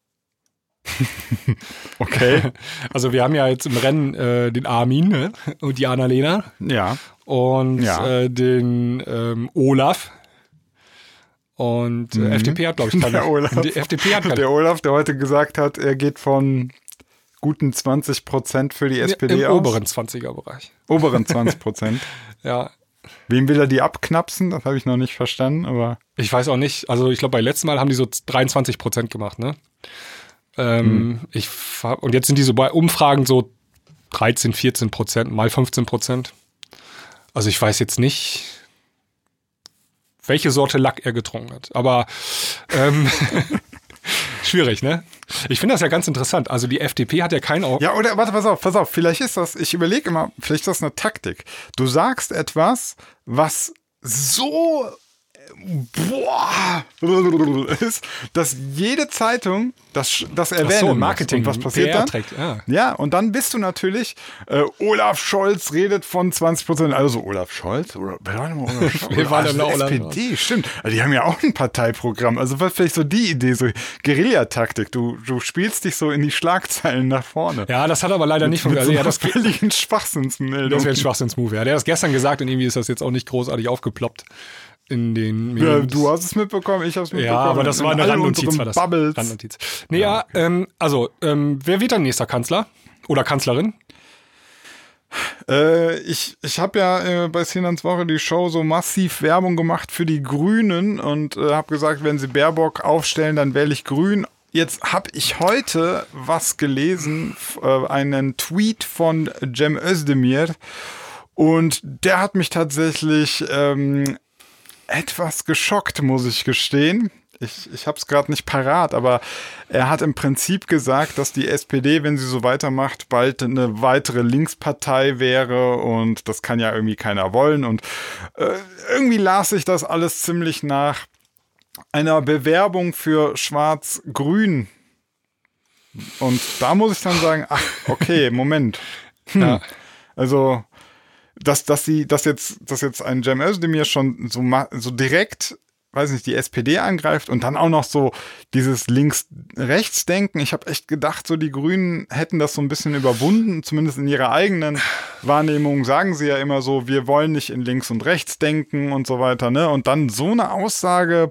Okay. Also wir haben ja jetzt im Rennen den Armin, ne? Und die Annalena Ja. und den Olaf. Und FDP hat, glaube ich, keine. Der Olaf. Die FDP hat keine. Der Olaf, der heute gesagt hat, er geht von guten 20% für die SPD Im aus. oberen 20er-Bereich. Oberen 20%. Ja. Wem will er die abknapsen? Das habe ich noch nicht verstanden, aber Ich weiß auch nicht. Also ich glaube, beim letzten Mal haben die so 23% gemacht, ne? Und jetzt sind die so bei Umfragen so 13-14%, mal 15%. Also ich weiß jetzt nicht, welche Sorte Lack er getrunken hat. Aber schwierig, ne? Ich finde das ja ganz interessant. Also die FDP hat ja kein Auge. ja, oder warte, pass auf, vielleicht ist das, ich überlege immer, vielleicht ist das eine Taktik. Du sagst etwas, was so ist, dass jede Zeitung das erwähnen muss. Marketing, Und was passiert PR dann? trägt, ja. Ja, und dann bist du natürlich, Olaf Scholz redet von 20%. Also Olaf Scholz? Wer war denn mal Olaf Scholz? Wer war denn die da Olaf SPD, stimmt. Also die haben ja auch ein Parteiprogramm. Also was vielleicht so die Idee, so Guerillataktik. Du spielst dich so in die Schlagzeilen nach vorne. Ja, das hat aber leider nicht Mit funktioniert. so Also, einer völligen Schwachsinnsmeldung. das wäre ein Schwachsinnsmove. Ja. Der hat das gestern gesagt und irgendwie ist das jetzt auch nicht großartig aufgeploppt in den Medien. Ja, du hast es mitbekommen, ich habe es mitbekommen. Ja, aber das war eine In all Randnotiz. unseren War das. Bubbles. Randnotiz. Nee, ja, wer wird dein nächster Kanzler? Oder Kanzlerin? Ich habe ja bei Sinans Woche die Show so massiv Werbung gemacht für die Grünen und habe gesagt, wenn sie Baerbock aufstellen, dann wähle ich Grün. Jetzt habe ich heute was gelesen, einen Tweet von Cem Özdemir, und der hat mich tatsächlich etwas geschockt, muss ich gestehen. Ich habe es gerade nicht parat, aber er hat im Prinzip gesagt, dass die SPD, wenn sie so weitermacht, bald eine weitere Linkspartei wäre, und das kann ja irgendwie keiner wollen. Und irgendwie las ich das alles ziemlich nach einer Bewerbung für Schwarz-Grün. Und da muss ich dann sagen, ach, okay, Moment. Ja. Also, dass jetzt ein Cem Özdemir schon so direkt, weiß nicht, die SPD angreift und dann auch noch so dieses Links-Rechts-Denken. Ich habe echt gedacht, so die Grünen hätten das so ein bisschen überwunden, zumindest in ihrer eigenen Wahrnehmung sagen sie ja immer so, wir wollen nicht in Links und Rechts denken und so weiter, ne? Und dann so eine Aussage,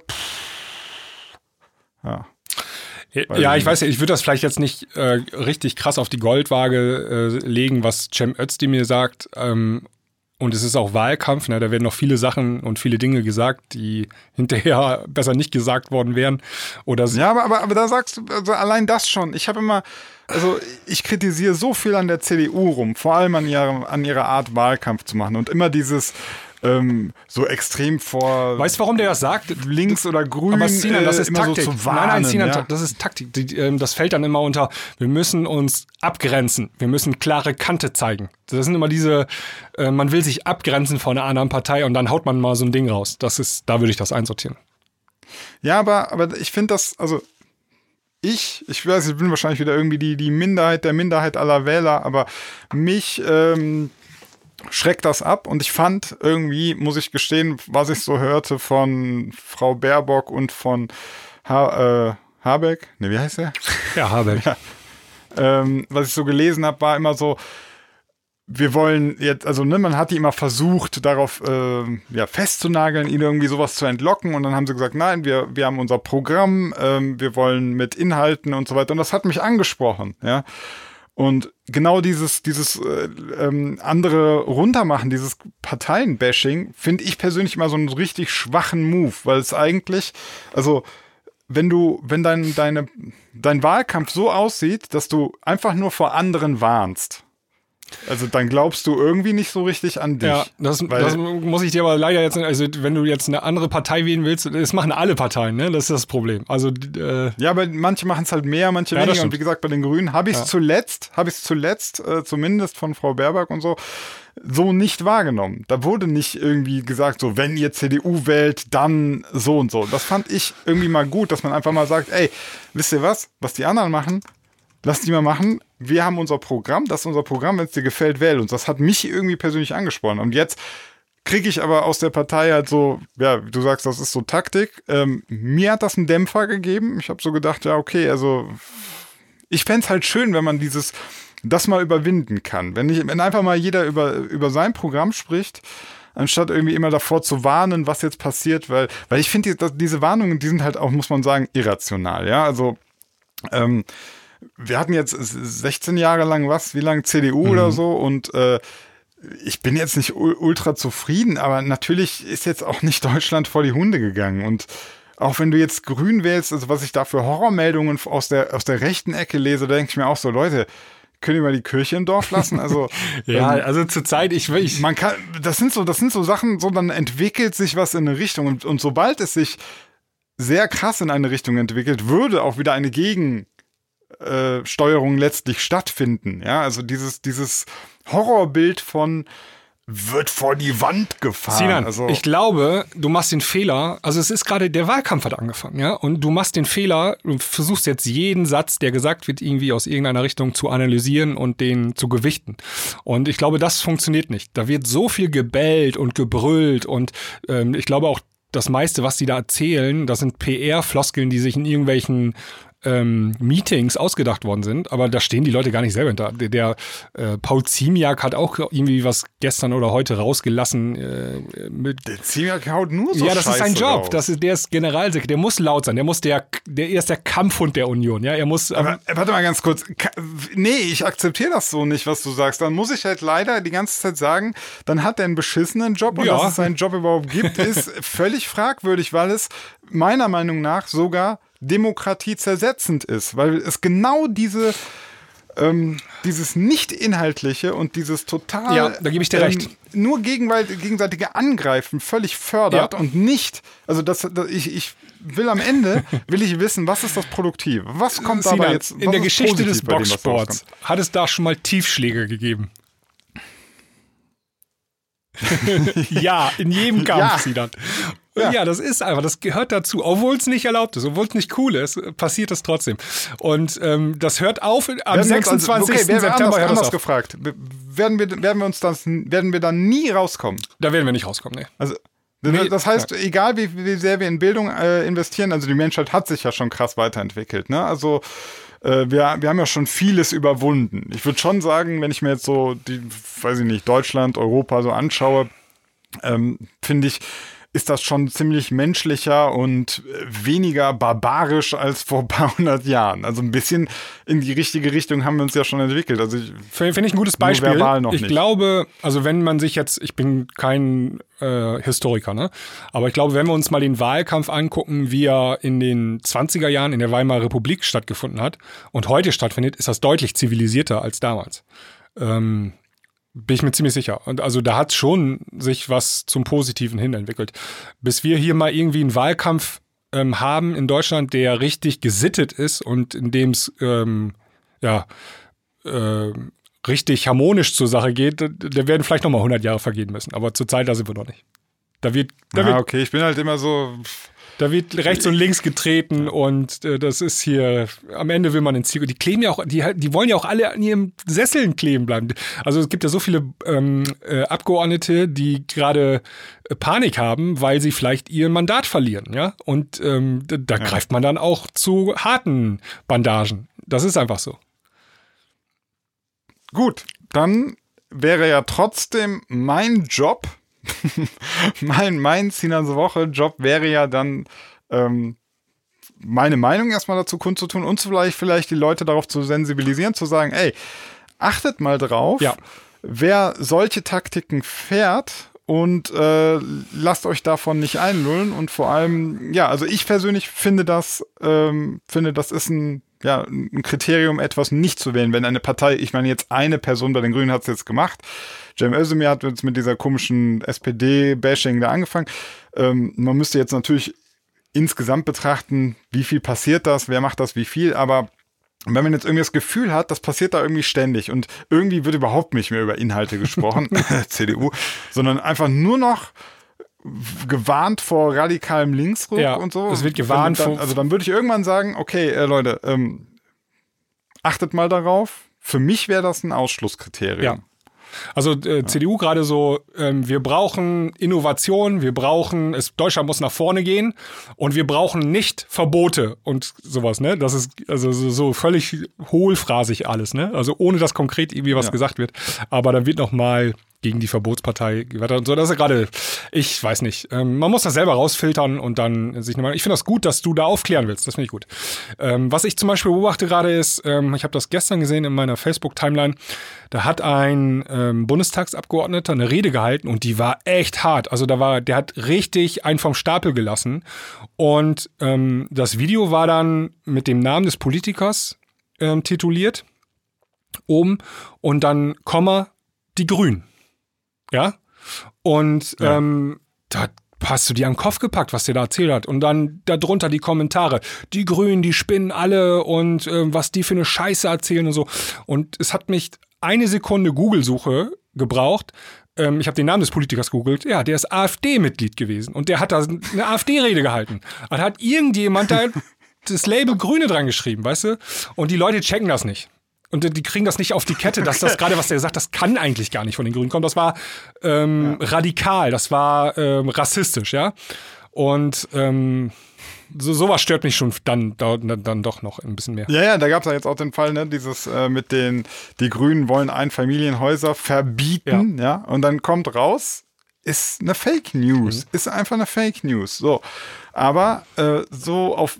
ja. Ja, ich weiß ja, ich würde das vielleicht jetzt nicht richtig krass auf die Goldwaage legen, was Cem Özdemir sagt. Und es ist auch Wahlkampf, ne? Da werden noch viele Sachen und viele Dinge gesagt, die hinterher besser nicht gesagt worden wären. Oder ja, aber da sagst du, also allein das schon. Ich habe immer, also ich kritisiere so viel an der CDU rum, vor allem an ihrer Art, Wahlkampf zu machen und immer dieses so extrem vor. Weißt du, warum der das sagt? Links oder grün. Aber Sinan, das ist immer Taktik. So zu warnen, nein, Sinan, ja? das ist Taktik. Das fällt dann immer unter, wir müssen uns abgrenzen. Wir müssen klare Kante zeigen. Das sind immer diese, man will sich abgrenzen von einer anderen Partei und dann haut man mal so ein Ding raus. Da würde ich das einsortieren. Ja, aber ich finde das, also ich weiß, ich bin wahrscheinlich wieder irgendwie die Minderheit der Minderheit aller Wähler, aber mich schreckt das ab, und ich fand irgendwie, muss ich gestehen, was ich so hörte von Frau Baerbock und von Habeck, ne, wie heißt der? Ja, Habeck. Ja. Was ich so gelesen habe, war immer so, wir wollen jetzt, also ne, man hat die immer versucht, darauf festzunageln, ihnen irgendwie sowas zu entlocken, und dann haben sie gesagt, nein, wir haben unser Programm, wir wollen mit Inhalten und so weiter, und das hat mich angesprochen, ja. Und genau dieses andere runtermachen, dieses Parteienbashing, finde ich persönlich immer so einen richtig schwachen Move, weil es eigentlich, also wenn dein Wahlkampf so aussieht, dass du einfach nur vor anderen warnst, Also dann glaubst du irgendwie nicht so richtig an dich. Ja, das muss ich dir aber leider jetzt, also wenn du jetzt eine andere Partei wählen willst, das machen alle Parteien, ne? Das ist das Problem. Also ja, aber manche machen es halt mehr, manche weniger. Und wie gesagt, bei den Grünen habe ich es zuletzt, zumindest von Frau Baerbock und so nicht wahrgenommen. Da wurde nicht irgendwie gesagt, so, wenn ihr CDU wählt, dann so und so. Das fand ich irgendwie mal gut, dass man einfach mal sagt, ey, wisst ihr was die anderen machen? Lass die mal machen. Wir haben unser Programm, das ist unser Programm, wenn es dir gefällt, wähl uns. Das hat mich irgendwie persönlich angesprochen. Und jetzt kriege ich aber aus der Partei halt so, ja, du sagst, das ist so Taktik. Mir hat das einen Dämpfer gegeben. Ich habe so gedacht, ja, okay, also ich fände es halt schön, wenn man das mal überwinden kann. Wenn einfach mal jeder über sein Programm spricht, anstatt irgendwie immer davor zu warnen, was jetzt passiert, weil ich finde, diese Warnungen, die sind halt auch, muss man sagen, irrational, ja, also wir hatten jetzt 16 Jahre lang wie lange CDU oder so und ich bin jetzt nicht ultra zufrieden, aber natürlich ist jetzt auch nicht Deutschland vor die Hunde gegangen und auch wenn du jetzt Grün wählst, also was ich da für Horrormeldungen aus der rechten Ecke lese, da denke ich mir auch so, Leute, können wir mal die Kirche im Dorf lassen? Also ja, also zur Zeit, man kann, das sind so Sachen, so dann entwickelt sich was in eine Richtung und sobald es sich sehr krass in eine Richtung entwickelt, würde auch wieder eine Gegensteuerung letztlich stattfinden. Ja, also dieses Horrorbild von wird vor die Wand gefahren. Sinan, also ich glaube, du machst den Fehler, also es ist gerade, der Wahlkampf hat angefangen, ja, und du machst den Fehler, du versuchst jetzt jeden Satz, der gesagt wird, irgendwie aus irgendeiner Richtung zu analysieren und den zu gewichten. Und ich glaube, das funktioniert nicht. Da wird so viel gebellt und gebrüllt und ich glaube auch, das meiste, was die da erzählen, das sind PR-Floskeln, die sich in irgendwelchen Meetings ausgedacht worden sind, aber da stehen die Leute gar nicht selber hinter. Der Paul Ziemiak hat auch irgendwie was gestern oder heute rausgelassen. Der Ziemiak haut nur so ja, das ist sein Job. raus. Der ist Generalsekretär. Der muss laut sein. Der ist der Kampfhund der Union. Ja, er muss. Aber warte mal ganz kurz. Nee, ich akzeptiere das so nicht, was du sagst. Dann muss ich halt leider die ganze Zeit sagen, dann hat er einen beschissenen Job und dass es seinen Job überhaupt gibt, ist völlig fragwürdig, weil es meiner Meinung nach sogar Demokratie zersetzend ist, weil es genau dieses Nicht-Inhaltliche und dieses total ja, da gebe ich dir recht. Nur gegenseitige Angreifen völlig fördert und nicht, also ich will am Ende, will ich wissen, was ist das Produktive? Was kommt dabei jetzt? In der Geschichte des Boxsports hat es da schon mal Tiefschläge gegeben. Ja, in jedem Kampf, Sinan. Ja, das ist einfach, das gehört dazu. Obwohl es nicht erlaubt ist, obwohl es nicht cool ist, passiert es trotzdem. Und das hört auf am 26. September. Anders gefragt. Werden wir dann nie rauskommen? Da werden wir nicht rauskommen, ne. Also, das heißt, egal wie sehr wir in Bildung investieren, also die Menschheit hat sich ja schon krass weiterentwickelt, ne? Also wir haben ja schon vieles überwunden. Ich würde schon sagen, wenn ich mir jetzt so Deutschland, Europa so anschaue, finde ich, ist das schon ziemlich menschlicher und weniger barbarisch als vor ein paar hundert Jahren. Also ein bisschen in die richtige Richtung haben wir uns ja schon entwickelt. Also finde ich ein gutes Beispiel. Nur verbal noch ich nicht. Glaube, also wenn man sich jetzt, ich bin kein Historiker, ne? Aber ich glaube, wenn wir uns mal den Wahlkampf angucken, wie er in den 20er Jahren in der Weimarer Republik stattgefunden hat und heute stattfindet, ist das deutlich zivilisierter als damals. Bin ich mir ziemlich sicher. Und also da hat schon sich was zum Positiven hin entwickelt. Bis wir hier mal irgendwie einen Wahlkampf haben in Deutschland, der richtig gesittet ist und in dem es richtig harmonisch zur Sache geht, da werden vielleicht nochmal 100 Jahre vergehen müssen. Aber zurzeit, da sind wir noch nicht. Okay, ich bin halt immer so... Da wird rechts und links getreten und das ist hier, am Ende will man ins Ziel. Die kleben ja auch, die wollen ja auch alle an ihren Sesseln kleben bleiben. Also es gibt ja so viele Abgeordnete, die gerade Panik haben, weil sie vielleicht ihr Mandat verlieren, ja. Und da greift man dann auch zu harten Bandagen. Das ist einfach so. Gut, dann wäre ja trotzdem mein Job, mein Sinans Woche-Job wäre ja dann meine Meinung erstmal dazu kundzutun und vielleicht die Leute darauf zu sensibilisieren, zu sagen, ey, achtet mal drauf, wer solche Taktiken fährt und lasst euch davon nicht einlullen und vor allem, ja, also ich persönlich finde das ist ein ein Kriterium, etwas nicht zu wählen. Wenn eine Partei, ich meine jetzt eine Person bei den Grünen hat es jetzt gemacht, Cem Özdemir hat jetzt mit dieser komischen SPD-Bashing da angefangen. Man müsste jetzt natürlich insgesamt betrachten, wie viel passiert das, wer macht das, wie viel, aber wenn man jetzt irgendwie das Gefühl hat, das passiert da irgendwie ständig und irgendwie wird überhaupt nicht mehr über Inhalte gesprochen, CDU, sondern einfach nur noch gewarnt vor radikalem Linksruck und so. Es wird gewarnt vor. Also dann würde ich irgendwann sagen, okay, Leute, achtet mal darauf. Für mich wäre das ein Ausschlusskriterium. Ja. Also CDU gerade so, wir brauchen Innovation, Deutschland muss nach vorne gehen und wir brauchen nicht Verbote und sowas, ne? Das ist also so völlig hohlphrasig alles, ne? Also ohne dass konkret irgendwie was gesagt wird. Aber dann wird noch mal gegen die Verbotspartei gewettert und so. Das ist ja gerade, ich weiß nicht. Man muss das selber rausfiltern und dann sich nochmal. Ich finde das gut, dass du da aufklären willst. Das finde ich gut. Was ich zum Beispiel beobachte gerade ist, ich habe das gestern gesehen in meiner Facebook-Timeline, da hat ein Bundestagsabgeordneter eine Rede gehalten und die war echt hart. Also der hat richtig einen vom Stapel gelassen. Und das Video war dann mit dem Namen des Politikers tituliert oben und dann Komma die Grünen. Ja, und da hast du dir an den Kopf gepackt, was der da erzählt hat. Und dann darunter die Kommentare. Die Grünen, die spinnen alle und was die für eine Scheiße erzählen und so. Und es hat mich eine Sekunde Google-Suche gebraucht. Ich habe den Namen des Politikers gegoogelt. Ja, der ist AfD-Mitglied gewesen. Und der hat da eine AfD-Rede gehalten. Da hat irgendjemand da das Label Grüne dran geschrieben, weißt du? Und die Leute checken das nicht. Und die kriegen das nicht auf die Kette, dass das gerade, was der sagt, das kann eigentlich gar nicht von den Grünen kommen. Das war radikal, das war rassistisch, ja. Und sowas stört mich schon dann doch noch ein bisschen mehr. Ja, da gab es ja jetzt auch den Fall, ne, dieses mit die Grünen wollen Einfamilienhäuser verbieten, ja. Und dann kommt raus, ist eine Fake News, ist einfach eine Fake News, so. Aber so auf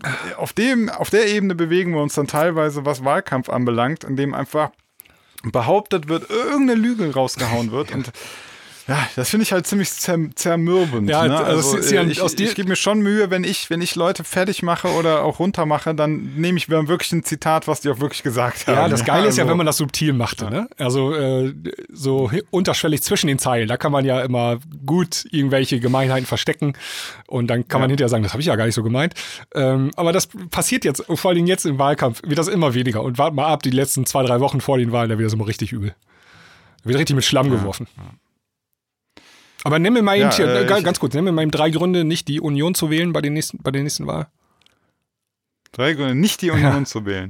der Ebene bewegen wir uns dann teilweise, was Wahlkampf anbelangt, indem einfach behauptet wird, irgendeine Lüge rausgehauen wird. Und ja, das finde ich halt ziemlich zermürbend. Ja, ne? Also ich gebe mir schon Mühe, wenn ich Leute fertig mache oder auch runtermache, dann nehme ich wirklich ein Zitat, was die auch wirklich gesagt haben. Ja, das Geile ist ja, wenn man das subtil macht. Ja. Ne? Also so unterschwellig zwischen den Zeilen, da kann man ja immer gut irgendwelche Gemeinheiten verstecken und dann kann man hinterher sagen, das habe ich ja gar nicht so gemeint. Aber das passiert jetzt, vor allem jetzt im Wahlkampf, wird das immer weniger. Und wart mal ab, die letzten 2-3 Wochen vor den Wahlen, da wird das immer richtig übel. Da wird richtig mit Schlamm geworfen. Ja. Aber nimm mir mal eben ganz kurz, nimm mir mal eben 3 Gründe, nicht die Union zu wählen bei den nächsten Wahlen. 3 Gründe, nicht die Union zu wählen.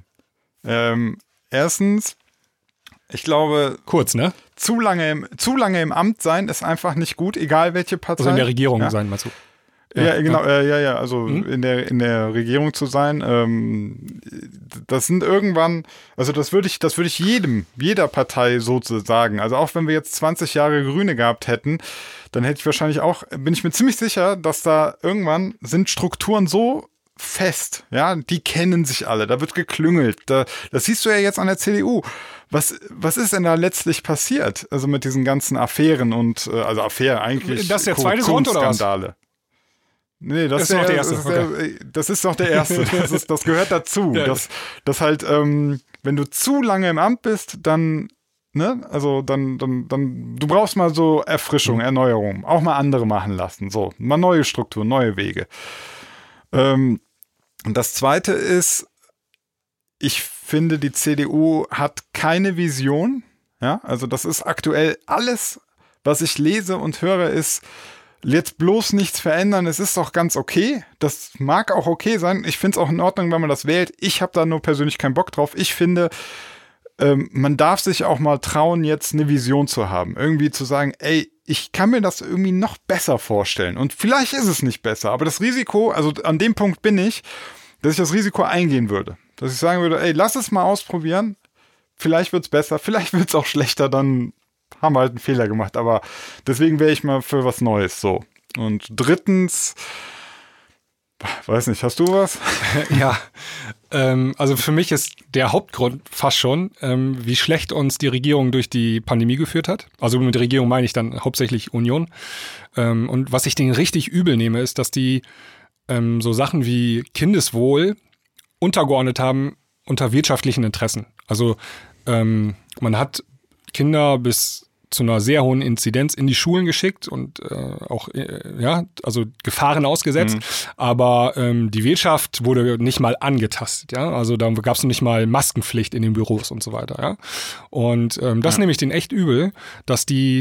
Erstens, ich glaube, kurz, ne? Zu lange im Amt sein ist einfach nicht gut, egal welche Partei. Also in der Regierung sein, meinst du? Ja, genau, also in der Regierung zu sein, das sind irgendwann, also das würde ich jeder Partei so zu sagen. Also auch wenn wir jetzt 20 Jahre Grüne gehabt hätten, dann hätte ich wahrscheinlich auch, bin ich mir ziemlich sicher, dass da irgendwann sind Strukturen so fest, ja, die kennen sich alle, da wird geklüngelt, das siehst du ja jetzt an der CDU. Was ist denn da letztlich passiert? Also mit diesen ganzen Affären und, also Affäre eigentlich. Das ist der zweite Grund oder was? Nee, das ist noch der erste. Das ist doch der erste. Das gehört dazu. Ja. Dass halt, wenn du zu lange im Amt bist, dann, ne, also dann, du brauchst mal so Erfrischung, Erneuerung, auch mal andere machen lassen. So, mal neue Strukturen, neue Wege. Und das zweite ist, ich finde, die CDU hat keine Vision. Ja, also das ist aktuell alles, was ich lese und höre, ist, jetzt bloß nichts verändern, es ist doch ganz okay. Das mag auch okay sein. Ich finde es auch in Ordnung, wenn man das wählt. Ich habe da nur persönlich keinen Bock drauf. Ich finde, man darf sich auch mal trauen, jetzt eine Vision zu haben. Irgendwie zu sagen, ey, ich kann mir das irgendwie noch besser vorstellen. Und vielleicht ist es nicht besser, aber das Risiko, also an dem Punkt bin ich, dass ich das Risiko eingehen würde. Dass ich sagen würde, ey, lass es mal ausprobieren. Vielleicht wird es besser, vielleicht wird es auch schlechter, dann haben wir halt einen Fehler gemacht, aber deswegen wäre ich mal für was Neues, so. Und drittens, weiß nicht, hast du was? Ja, also für mich ist der Hauptgrund fast schon, wie schlecht uns die Regierung durch die Pandemie geführt hat. Also mit der Regierung meine ich dann hauptsächlich Union. Und was ich denen richtig übel nehme, ist, dass die so Sachen wie Kindeswohl untergeordnet haben unter wirtschaftlichen Interessen. Also man hat Kinder bis zu einer sehr hohen Inzidenz in die Schulen geschickt und auch also Gefahren ausgesetzt. Aber die Wirtschaft wurde nicht mal angetastet. Ja? Also da gab es nicht mal Maskenpflicht in den Büros und so weiter. Ja? Und das nehme ich denen echt übel, dass die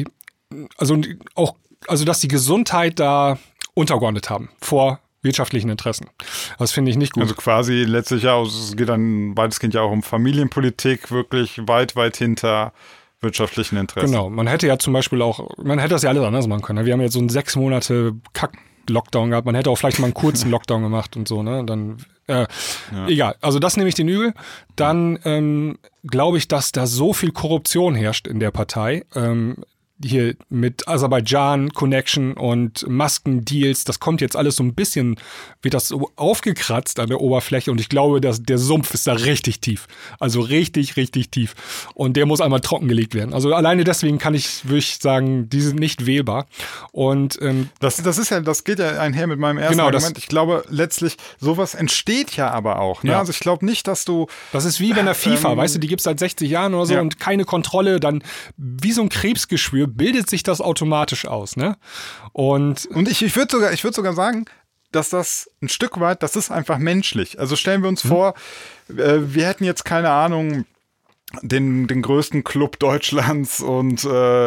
dass die Gesundheit da untergeordnet haben vor wirtschaftlichen Interessen. Das finde ich nicht gut. Also quasi letztlich es geht dann weitestgehend ja auch um Familienpolitik, wirklich weit, weit hinter wirtschaftlichen Interessen. Genau, man hätte ja zum Beispiel man hätte das ja alles anders machen können. Wir haben jetzt so einen 6 Monate Kack-Lockdown gehabt, man hätte auch vielleicht mal einen kurzen Lockdown gemacht und so, ne? Dann, egal, also das nehme ich den übel. Dann glaube ich, dass da so viel Korruption herrscht in der Partei, hier mit Aserbaidschan-Connection und Maskendeals, das kommt jetzt alles so ein bisschen, wird das so aufgekratzt an der Oberfläche und ich glaube, dass der Sumpf ist da richtig tief. Also richtig, richtig tief. Und der muss einmal trockengelegt werden. Also alleine deswegen würde ich sagen, die sind nicht wählbar. Und das geht ja einher mit meinem ersten Argument. Ich glaube, letztlich, sowas entsteht ja aber auch. Ne? Ja. Also ich glaube nicht, dass du... Das ist wie bei der FIFA, weißt du, die gibt es seit 60 Jahren oder so und keine Kontrolle, dann wie so ein Krebsgeschwür bildet sich das automatisch aus, ne? Und ich würde sogar sagen, dass das ein Stück weit, das ist einfach menschlich. Also stellen wir uns vor, wir hätten jetzt keine Ahnung, den größten Club Deutschlands und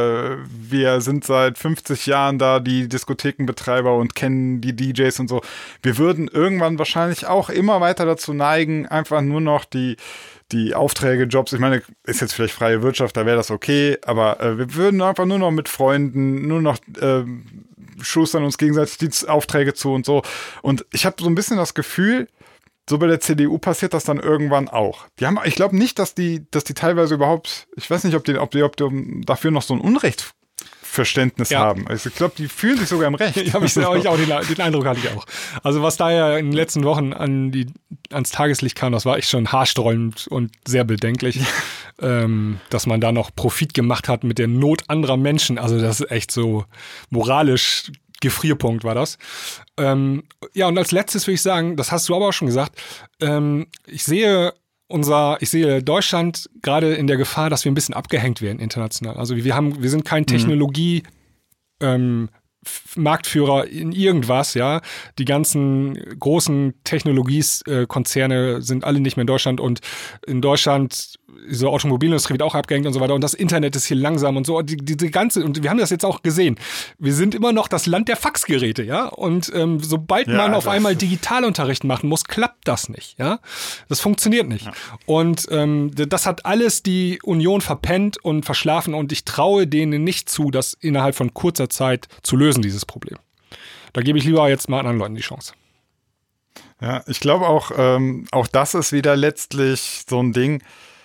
wir sind seit 50 Jahren da die Diskothekenbetreiber und kennen die DJs und so. Wir würden irgendwann wahrscheinlich auch immer weiter dazu neigen, einfach nur noch die Aufträge, Jobs, ich meine, ist jetzt vielleicht freie Wirtschaft, da wäre das okay, aber wir würden einfach nur noch mit Freunden, nur noch schustern uns gegenseitig die Aufträge zu und so. Und ich habe so ein bisschen das Gefühl, so bei der CDU passiert das dann irgendwann auch. Ich glaube nicht, dass die teilweise überhaupt, ich weiß nicht, ob die dafür noch so ein Unrechtsverständnis haben. Also ich glaube, die fühlen sich sogar im Recht. Den Eindruck hatte ich auch. Also was da ja in den letzten Wochen ans Tageslicht kam, das war echt schon haarsträubend und sehr bedenklich, dass man da noch Profit gemacht hat mit der Not anderer Menschen. Also das ist echt so moralisch Gefrierpunkt war das. Und als letztes würde ich sagen, das hast du aber auch schon gesagt, ich sehe Deutschland gerade in der Gefahr, dass wir ein bisschen abgehängt werden international. Also wir sind kein Technologie Marktführer in irgendwas, ja. Die ganzen großen Technologiekonzerne sind alle nicht mehr in Deutschland und in Deutschland diese Automobilindustrie wird auch abgehängt und so weiter und das Internet ist hier langsam und so. Und wir haben das jetzt auch gesehen. Wir sind immer noch das Land der Faxgeräte, ja. Und sobald man auf einmal Digitalunterricht machen muss, klappt das nicht, ja. Das funktioniert nicht. Ja. Und das hat alles die Union verpennt und verschlafen und ich traue denen nicht zu, das innerhalb von kurzer Zeit zu lösen, dieses Problem. Da gebe ich lieber jetzt mal anderen Leuten die Chance. Ja, ich glaube auch das ist wieder letztlich so ein Ding.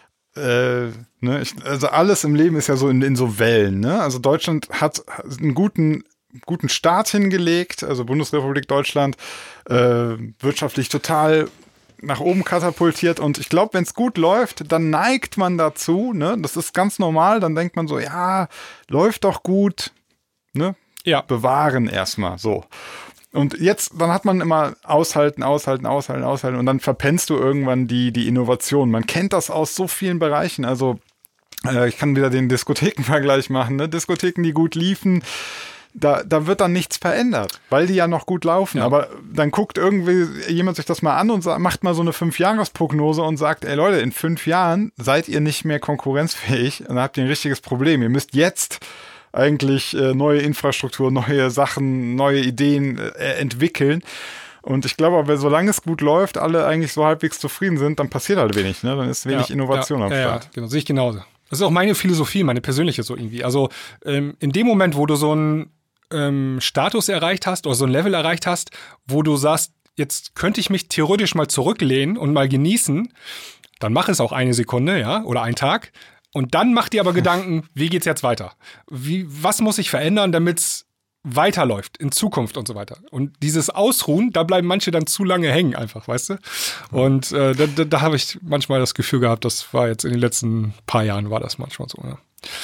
Also alles im Leben ist ja so in so Wellen. Ne? Also Deutschland hat einen guten Start hingelegt, also Bundesrepublik Deutschland, wirtschaftlich total nach oben katapultiert und ich glaube, wenn es gut läuft, dann neigt man dazu, ne? Das ist ganz normal, dann denkt man so, ja, läuft doch gut, ne? Ja. Bewahren erstmal, so. Und jetzt, dann hat man immer aushalten und dann verpennst du irgendwann die Innovation. Man kennt das aus so vielen Bereichen, also ich kann wieder den Diskothekenvergleich machen, ne? Diskotheken, die gut liefen, da wird dann nichts verändert, weil die ja noch gut laufen. Ja. Aber dann guckt irgendwie jemand sich das mal an und macht mal so eine 5-Jahres-Prognose und sagt, ey Leute, in 5 Jahren seid ihr nicht mehr konkurrenzfähig und dann habt ihr ein richtiges Problem. Ihr müsst jetzt eigentlich neue Infrastruktur, neue Sachen, neue Ideen entwickeln. Und ich glaube, aber solange es gut läuft, alle eigentlich so halbwegs zufrieden sind, dann passiert halt wenig. Ne? Dann ist wenig Innovation am Start. Ja, genau, sehe ich genauso. Das ist auch meine Philosophie, meine persönliche so irgendwie. Also in dem Moment, wo du so einen Status erreicht hast oder so ein Level erreicht hast, wo du sagst, jetzt könnte ich mich theoretisch mal zurücklehnen und mal genießen, dann mach es auch eine Sekunde, ja, oder einen Tag. Und dann mach dir aber Gedanken, wie geht's jetzt weiter? Was muss ich verändern, damit es weiterläuft in Zukunft und so weiter? Und dieses Ausruhen, da bleiben manche dann zu lange hängen einfach, weißt du? Und da habe ich manchmal das Gefühl gehabt, das war jetzt in den letzten paar Jahren war das manchmal so, ja.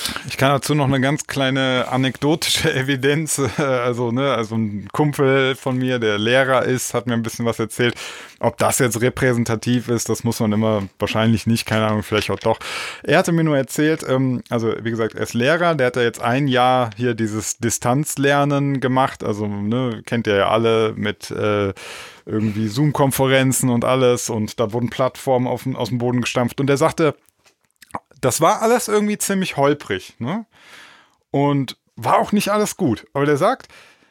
Ich kann dazu noch eine ganz kleine anekdotische Evidenz, also ein Kumpel von mir, der Lehrer ist, hat mir ein bisschen was erzählt. Ob das jetzt repräsentativ ist, das muss man immer wahrscheinlich nicht, keine Ahnung, vielleicht auch doch. Er hatte mir nur erzählt, also wie gesagt, er ist Lehrer, der hat ja jetzt ein Jahr hier dieses Distanzlernen gemacht, also kennt ihr ja alle mit irgendwie Zoom-Konferenzen und alles und da wurden Plattformen aus dem Boden gestampft und er sagte, das war alles irgendwie ziemlich holprig, ne? Und war auch nicht alles gut. Aber der sagt,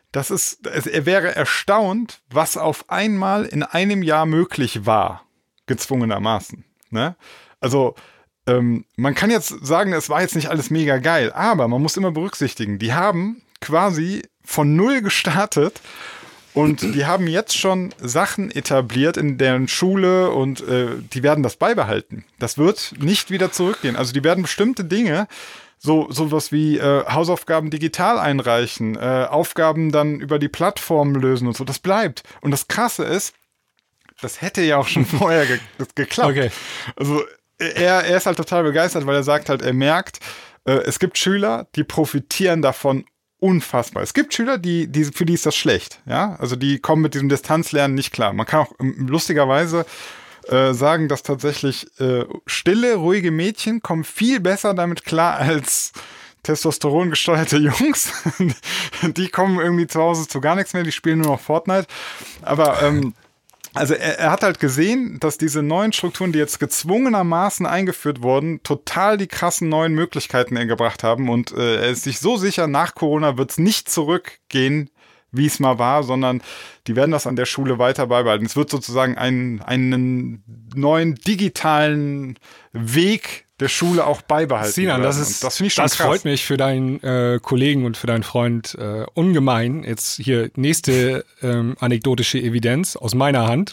er wäre erstaunt, was auf einmal in einem Jahr möglich war, gezwungenermaßen, ne? Also, man kann jetzt sagen, es war jetzt nicht alles mega geil, aber man muss immer berücksichtigen, die haben quasi von null gestartet. Und die haben jetzt schon Sachen etabliert in deren Schule und die werden das beibehalten. Das wird nicht wieder zurückgehen. Also die werden bestimmte Dinge, sowas wie Hausaufgaben digital einreichen, Aufgaben dann über die Plattform lösen und so. Das bleibt. Und das Krasse ist, das hätte ja auch schon vorher geklappt. Okay. Also er ist halt total begeistert, weil er sagt halt, er merkt, es gibt Schüler, die profitieren davon unfassbar. Es gibt Schüler, für die ist das schlecht, ja, also die kommen mit diesem Distanzlernen nicht klar. Man kann auch lustigerweise sagen, dass tatsächlich stille, ruhige Mädchen kommen viel besser damit klar als Testosteron gesteuerte Jungs. Die kommen irgendwie zu Hause zu gar nichts mehr, die spielen nur noch Fortnite. Aber also er hat halt gesehen, dass diese neuen Strukturen, die jetzt gezwungenermaßen eingeführt wurden, total die krassen neuen Möglichkeiten gebracht haben und er ist sich so sicher, nach Corona wird es nicht zurückgehen, wie es mal war, sondern die werden das an der Schule weiter beibehalten. Es wird sozusagen einen neuen digitalen Weg der Schule auch beibehalten. Sinan, das finde ich schon krass. Das freut mich für deinen Kollegen und für deinen Freund ungemein. Jetzt hier nächste anekdotische Evidenz aus meiner Hand.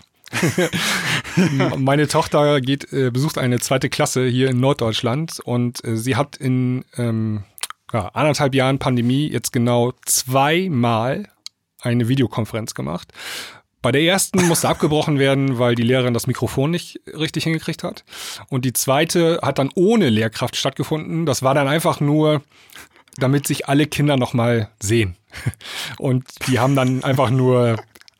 Meine Tochter besucht eine 2. Klasse hier in Norddeutschland und sie hat in 1,5 Jahren Pandemie jetzt genau 2-mal eine Videokonferenz gemacht. Bei der ersten musste abgebrochen werden, weil die Lehrerin das Mikrofon nicht richtig hingekriegt hat. Und die zweite hat dann ohne Lehrkraft stattgefunden. Das war dann einfach nur, damit sich alle Kinder nochmal sehen. Und die haben dann einfach nur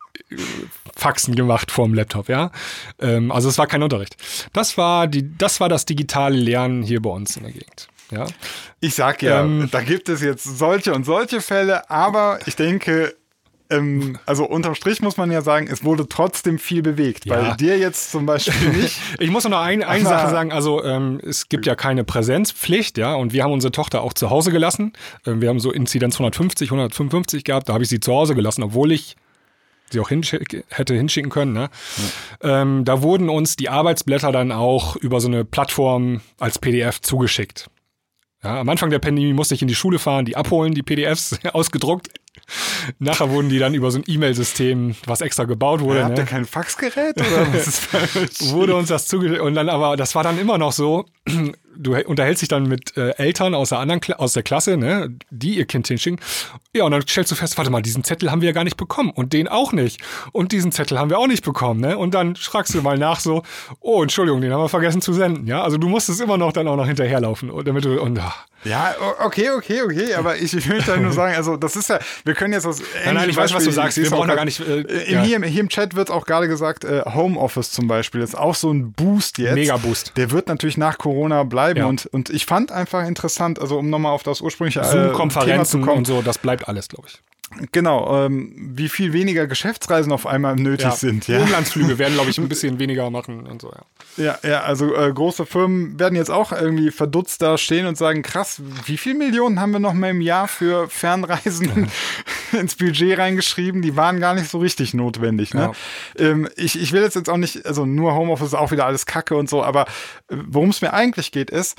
Faxen gemacht vorm Laptop, ja. Also es war kein Unterricht. Das war das digitale Lernen hier bei uns in der Gegend. Ja. Ich sag ja, da gibt es jetzt solche und solche Fälle, aber ich denke, also unterm Strich muss man ja sagen, es wurde trotzdem viel bewegt. Ja. Bei dir jetzt zum Beispiel nicht. Ich muss noch eine Sache sagen, also es gibt ja keine Präsenzpflicht, ja, und wir haben unsere Tochter auch zu Hause gelassen. Wir haben so Inzidenz 155 gehabt, da habe ich sie zu Hause gelassen, obwohl ich sie auch hätte hinschicken können. Ne? Ja. Da wurden uns die Arbeitsblätter dann auch über so eine Plattform als PDF zugeschickt. Ja, am Anfang der Pandemie musste ich in die Schule fahren, die abholen, die PDFs ausgedruckt. Nachher wurden die dann über so ein E-Mail-System, was extra gebaut wurde. Habt ihr kein Faxgerät oder was ist falsch? Wurde uns das zugeschickt. Und dann aber, das war dann immer noch so, du unterhältst dich dann mit Eltern aus der Klasse, ne, die ihr Kind hinschicken. Ja, und dann stellst du fest, warte mal, diesen Zettel haben wir ja gar nicht bekommen und den auch nicht. Und diesen Zettel haben wir auch nicht bekommen, ne? Und dann fragst du mal nach so, oh, Entschuldigung, den haben wir vergessen zu senden, ja? Also du musstest immer noch dann auch noch hinterherlaufen, damit du, ja, okay, aber ich möchte halt nur sagen, also das ist ja, wir können jetzt aus Nein, ich weiß, was du sagst, wir brauchen da gar nicht hier im Chat wird auch gerade gesagt, Homeoffice zum Beispiel ist auch so ein Boost jetzt. Mega Boost. Der wird natürlich nach Corona bleiben und ich fand einfach interessant, also um nochmal auf das ursprüngliche Zoom-Konferenzen Thema zu kommen und so, das bleibt alles, glaube ich. Genau, wie viel weniger Geschäftsreisen auf einmal nötig sind. Ja. Umlandsflüge werden, glaube ich, ein bisschen weniger machen und so, ja. Ja, also große Firmen werden jetzt auch irgendwie verdutzt da stehen und sagen, krass, wie viel Millionen haben wir noch mal im Jahr für Fernreisen ins Budget reingeschrieben? Die waren gar nicht so richtig notwendig. Ne? Ja. Ich will jetzt auch nicht, also nur Homeoffice ist auch wieder alles Kacke und so, aber worum es mir eigentlich geht ist,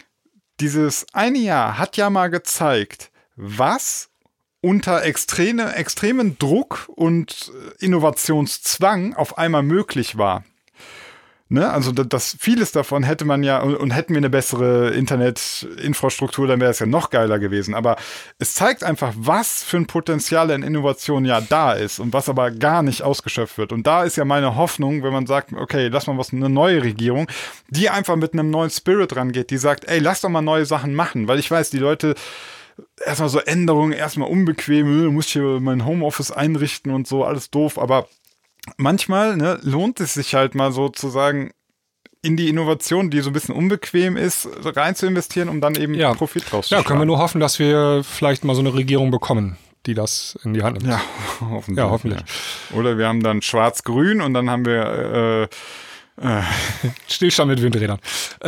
dieses eine Jahr hat ja mal gezeigt, was unter extremen Druck und Innovationszwang auf einmal möglich war. Ne, also das vieles davon hätte man ja, und hätten wir eine bessere Internetinfrastruktur, dann wäre es ja noch geiler gewesen. Aber es zeigt einfach, was für ein Potenzial in Innovation ja da ist und was aber gar nicht ausgeschöpft wird. Und da ist ja meine Hoffnung, wenn man sagt, okay, lass mal eine neue Regierung, die einfach mit einem neuen Spirit rangeht, die sagt, ey, lass doch mal neue Sachen machen. Weil ich weiß, die Leute, erstmal so Änderungen, erstmal unbequem, muss ich hier mein Homeoffice einrichten und so, alles doof, aber manchmal, ne, lohnt es sich halt mal sozusagen in die Innovation, die so ein bisschen unbequem ist, rein zu investieren, um dann eben Profit draus zu schlagen. Ja, können wir nur hoffen, dass wir vielleicht mal so eine Regierung bekommen, die das in die Hand nimmt. Ja, hoffentlich. Ja, hoffentlich. Ja. Oder wir haben dann Schwarz-Grün und dann haben wir Stillstand mit Windrädern.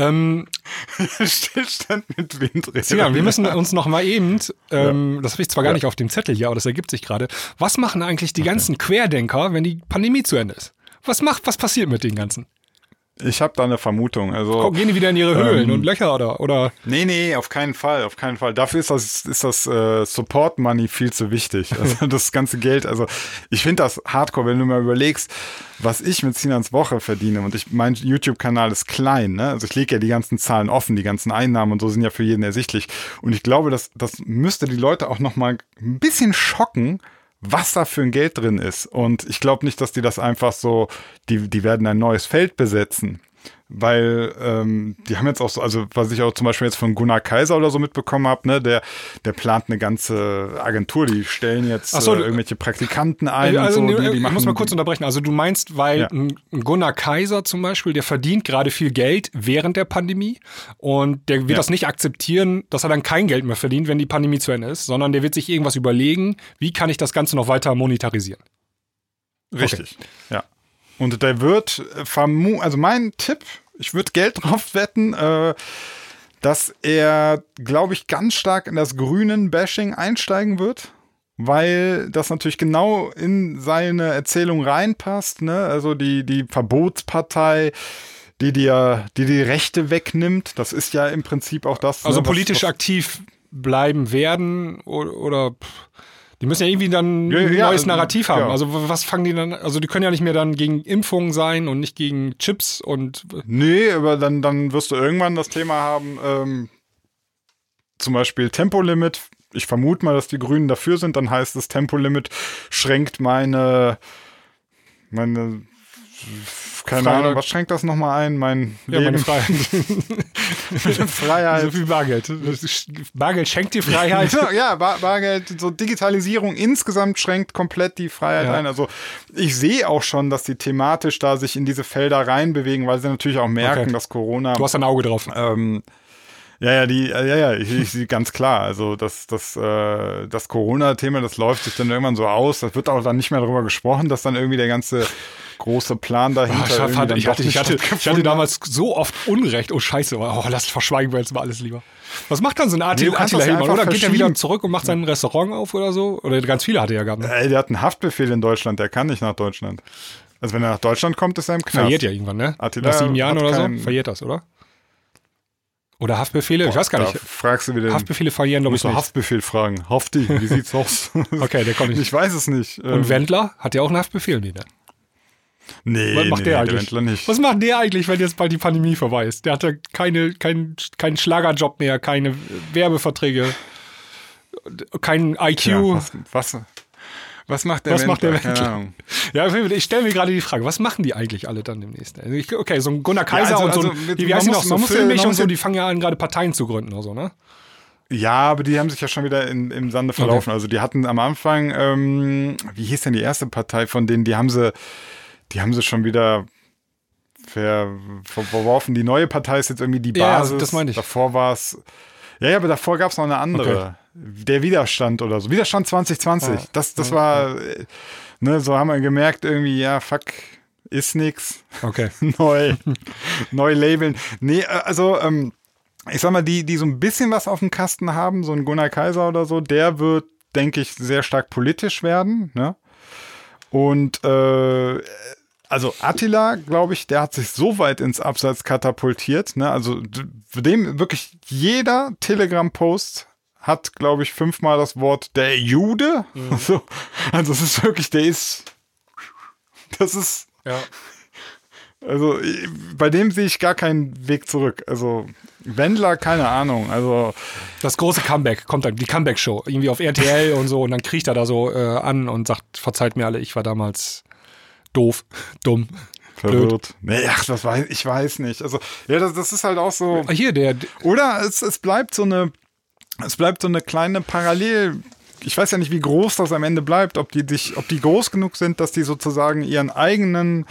Stillstand mit Windrädern. Ja, wir müssen uns noch mal eben, das habe ich zwar gar nicht auf dem Zettel hier, aber das ergibt sich gerade. Was machen eigentlich die ganzen Querdenker, wenn die Pandemie zu Ende ist? Was passiert mit den ganzen? Ich habe da eine Vermutung. Also, gehen die wieder in ihre Höhlen und Löcher oder? Nee, auf keinen Fall, auf keinen Fall. Dafür ist das Support Money viel zu wichtig. Also das ganze Geld, also ich finde das hardcore, wenn du mal überlegst, was ich mit Sinans Woche verdiene und mein YouTube-Kanal ist klein, ne? Also ich lege ja die ganzen Zahlen offen, die ganzen Einnahmen und so sind ja für jeden ersichtlich. Und ich glaube, das müsste die Leute auch noch mal ein bisschen schocken, was da für ein Geld drin ist. Und ich glaube nicht, dass die das einfach so, die werden ein neues Feld besetzen. Weil die haben jetzt auch so, also was ich auch zum Beispiel jetzt von Gunnar Kaiser oder so mitbekommen habe, ne, der plant eine ganze Agentur, die stellen jetzt irgendwelche Praktikanten ein also, und so. Die ich machen, muss mal kurz unterbrechen. Also du meinst, weil ein Gunnar Kaiser zum Beispiel, der verdient gerade viel Geld während der Pandemie und der wird das nicht akzeptieren, dass er dann kein Geld mehr verdient, wenn die Pandemie zu Ende ist, sondern der wird sich irgendwas überlegen, wie kann ich das Ganze noch weiter monetarisieren. Richtig, ja. Und der wird also mein Tipp, ich würde Geld drauf wetten, dass er, glaube ich, ganz stark in das Grünen-Bashing einsteigen wird, weil das natürlich genau in seine Erzählung reinpasst, ne? Also die Verbotspartei, die Rechte wegnimmt, das ist ja im Prinzip auch das. Also ne, politisch aktiv bleiben werden oder die müssen ja irgendwie dann ein neues Narrativ haben. Ja. Also was fangen die dann, also die können ja nicht mehr dann gegen Impfungen sein und nicht gegen Chips und... Nee, aber dann wirst du irgendwann das Thema haben, zum Beispiel Tempolimit. Ich vermute mal, dass die Grünen dafür sind. Dann heißt es, Tempolimit schränkt meine keine Ahnung, was schränkt das nochmal ein? Mein Leben. Meine Freiheit. Freiheit. So viel Bargeld. Bargeld schenkt dir Freiheit. Ja, Bargeld, so Digitalisierung insgesamt schränkt komplett die Freiheit ein. Also ich sehe auch schon, dass die thematisch da sich in diese Felder reinbewegen, weil sie natürlich auch merken, dass Corona... Du hast ein Auge drauf. Ich sehe ganz klar. Also das Corona-Thema, das läuft sich dann irgendwann so aus. Das wird auch dann nicht mehr darüber gesprochen, dass dann irgendwie der ganze große Plan dahinter. Ich hatte damals so oft Unrecht. Oh Scheiße, das verschweigen wir jetzt mal alles lieber. Was macht dann so ein Attila Hildmann? Oder geht er wieder zurück und macht sein Restaurant auf oder so? Oder ganz viele hat er ja gehabt. Ne? Der hat einen Haftbefehl in Deutschland, der kann nicht nach Deutschland. Also wenn er nach Deutschland kommt, ist er im Knast. Verjährt ja irgendwann, ne? Attila nach 7 Jahren oder so verjährt das, oder? Oder Haftbefehle? Ich weiß gar nicht. Fragst du wieder. Haftbefehle verlieren, glaube ich, nicht. Haftbefehl fragen. Hafti, wie sieht's aus? Okay, der kommt nicht. Ich weiß es nicht. Und Wendler? Hat der auch einen Haftbefehl? Nee, ne? Was macht der eigentlich? Der nicht. Was macht der eigentlich, wenn jetzt bald die Pandemie vorbei ist? Der hatte keinen Schlagerjob mehr, keine Werbeverträge, kein IQ. Ja, was macht der Wendler? Ja, ich stelle mir gerade die Frage, was machen die eigentlich alle dann demnächst? Okay, so ein Gunnar Kaiser und so, wie heißen die noch, so Filmich und so, die fangen ja an, gerade Parteien zu gründen oder so, ne? Ja, aber die haben sich ja schon wieder im Sande verlaufen. Okay. Also die hatten am Anfang, wie hieß denn die erste Partei von denen, die haben sie schon wieder verworfen. Die neue Partei ist jetzt irgendwie die Basis. Ja, das meine ich. Davor war es... Ja, aber davor gab es noch eine andere. Okay. Der Widerstand oder so. Widerstand 2020. Das war, ne, so haben wir gemerkt irgendwie, ja, fuck, ist nix. Okay. Neu labeln. Nee, also, ich sag mal, die so ein bisschen was auf dem Kasten haben, so ein Gunnar Kaiser oder so, der wird, denke ich, sehr stark politisch werden, ne? Und, also Attila, glaube ich, der hat sich so weit ins Abseits katapultiert, ne? Also für dem wirklich jeder Telegram-Post hat, glaube ich, 5-mal das Wort der Jude. Mhm. Also es ist wirklich, das ist Also bei dem sehe ich gar keinen Weg zurück. Also Wendler, keine Ahnung. Also das große Comeback, kommt dann, die Comeback-Show, irgendwie auf RTL und so und dann kriecht er da so an und sagt, verzeiht mir alle, ich war damals doof, dumm. Verwirrt. Nee, ach, ich weiß nicht. Also, ja, das ist halt auch so. Hier, Oder es bleibt so eine kleine Parallel. Ich weiß ja nicht, wie groß das am Ende bleibt, ob die groß genug sind, dass die sozusagen ihren eigenen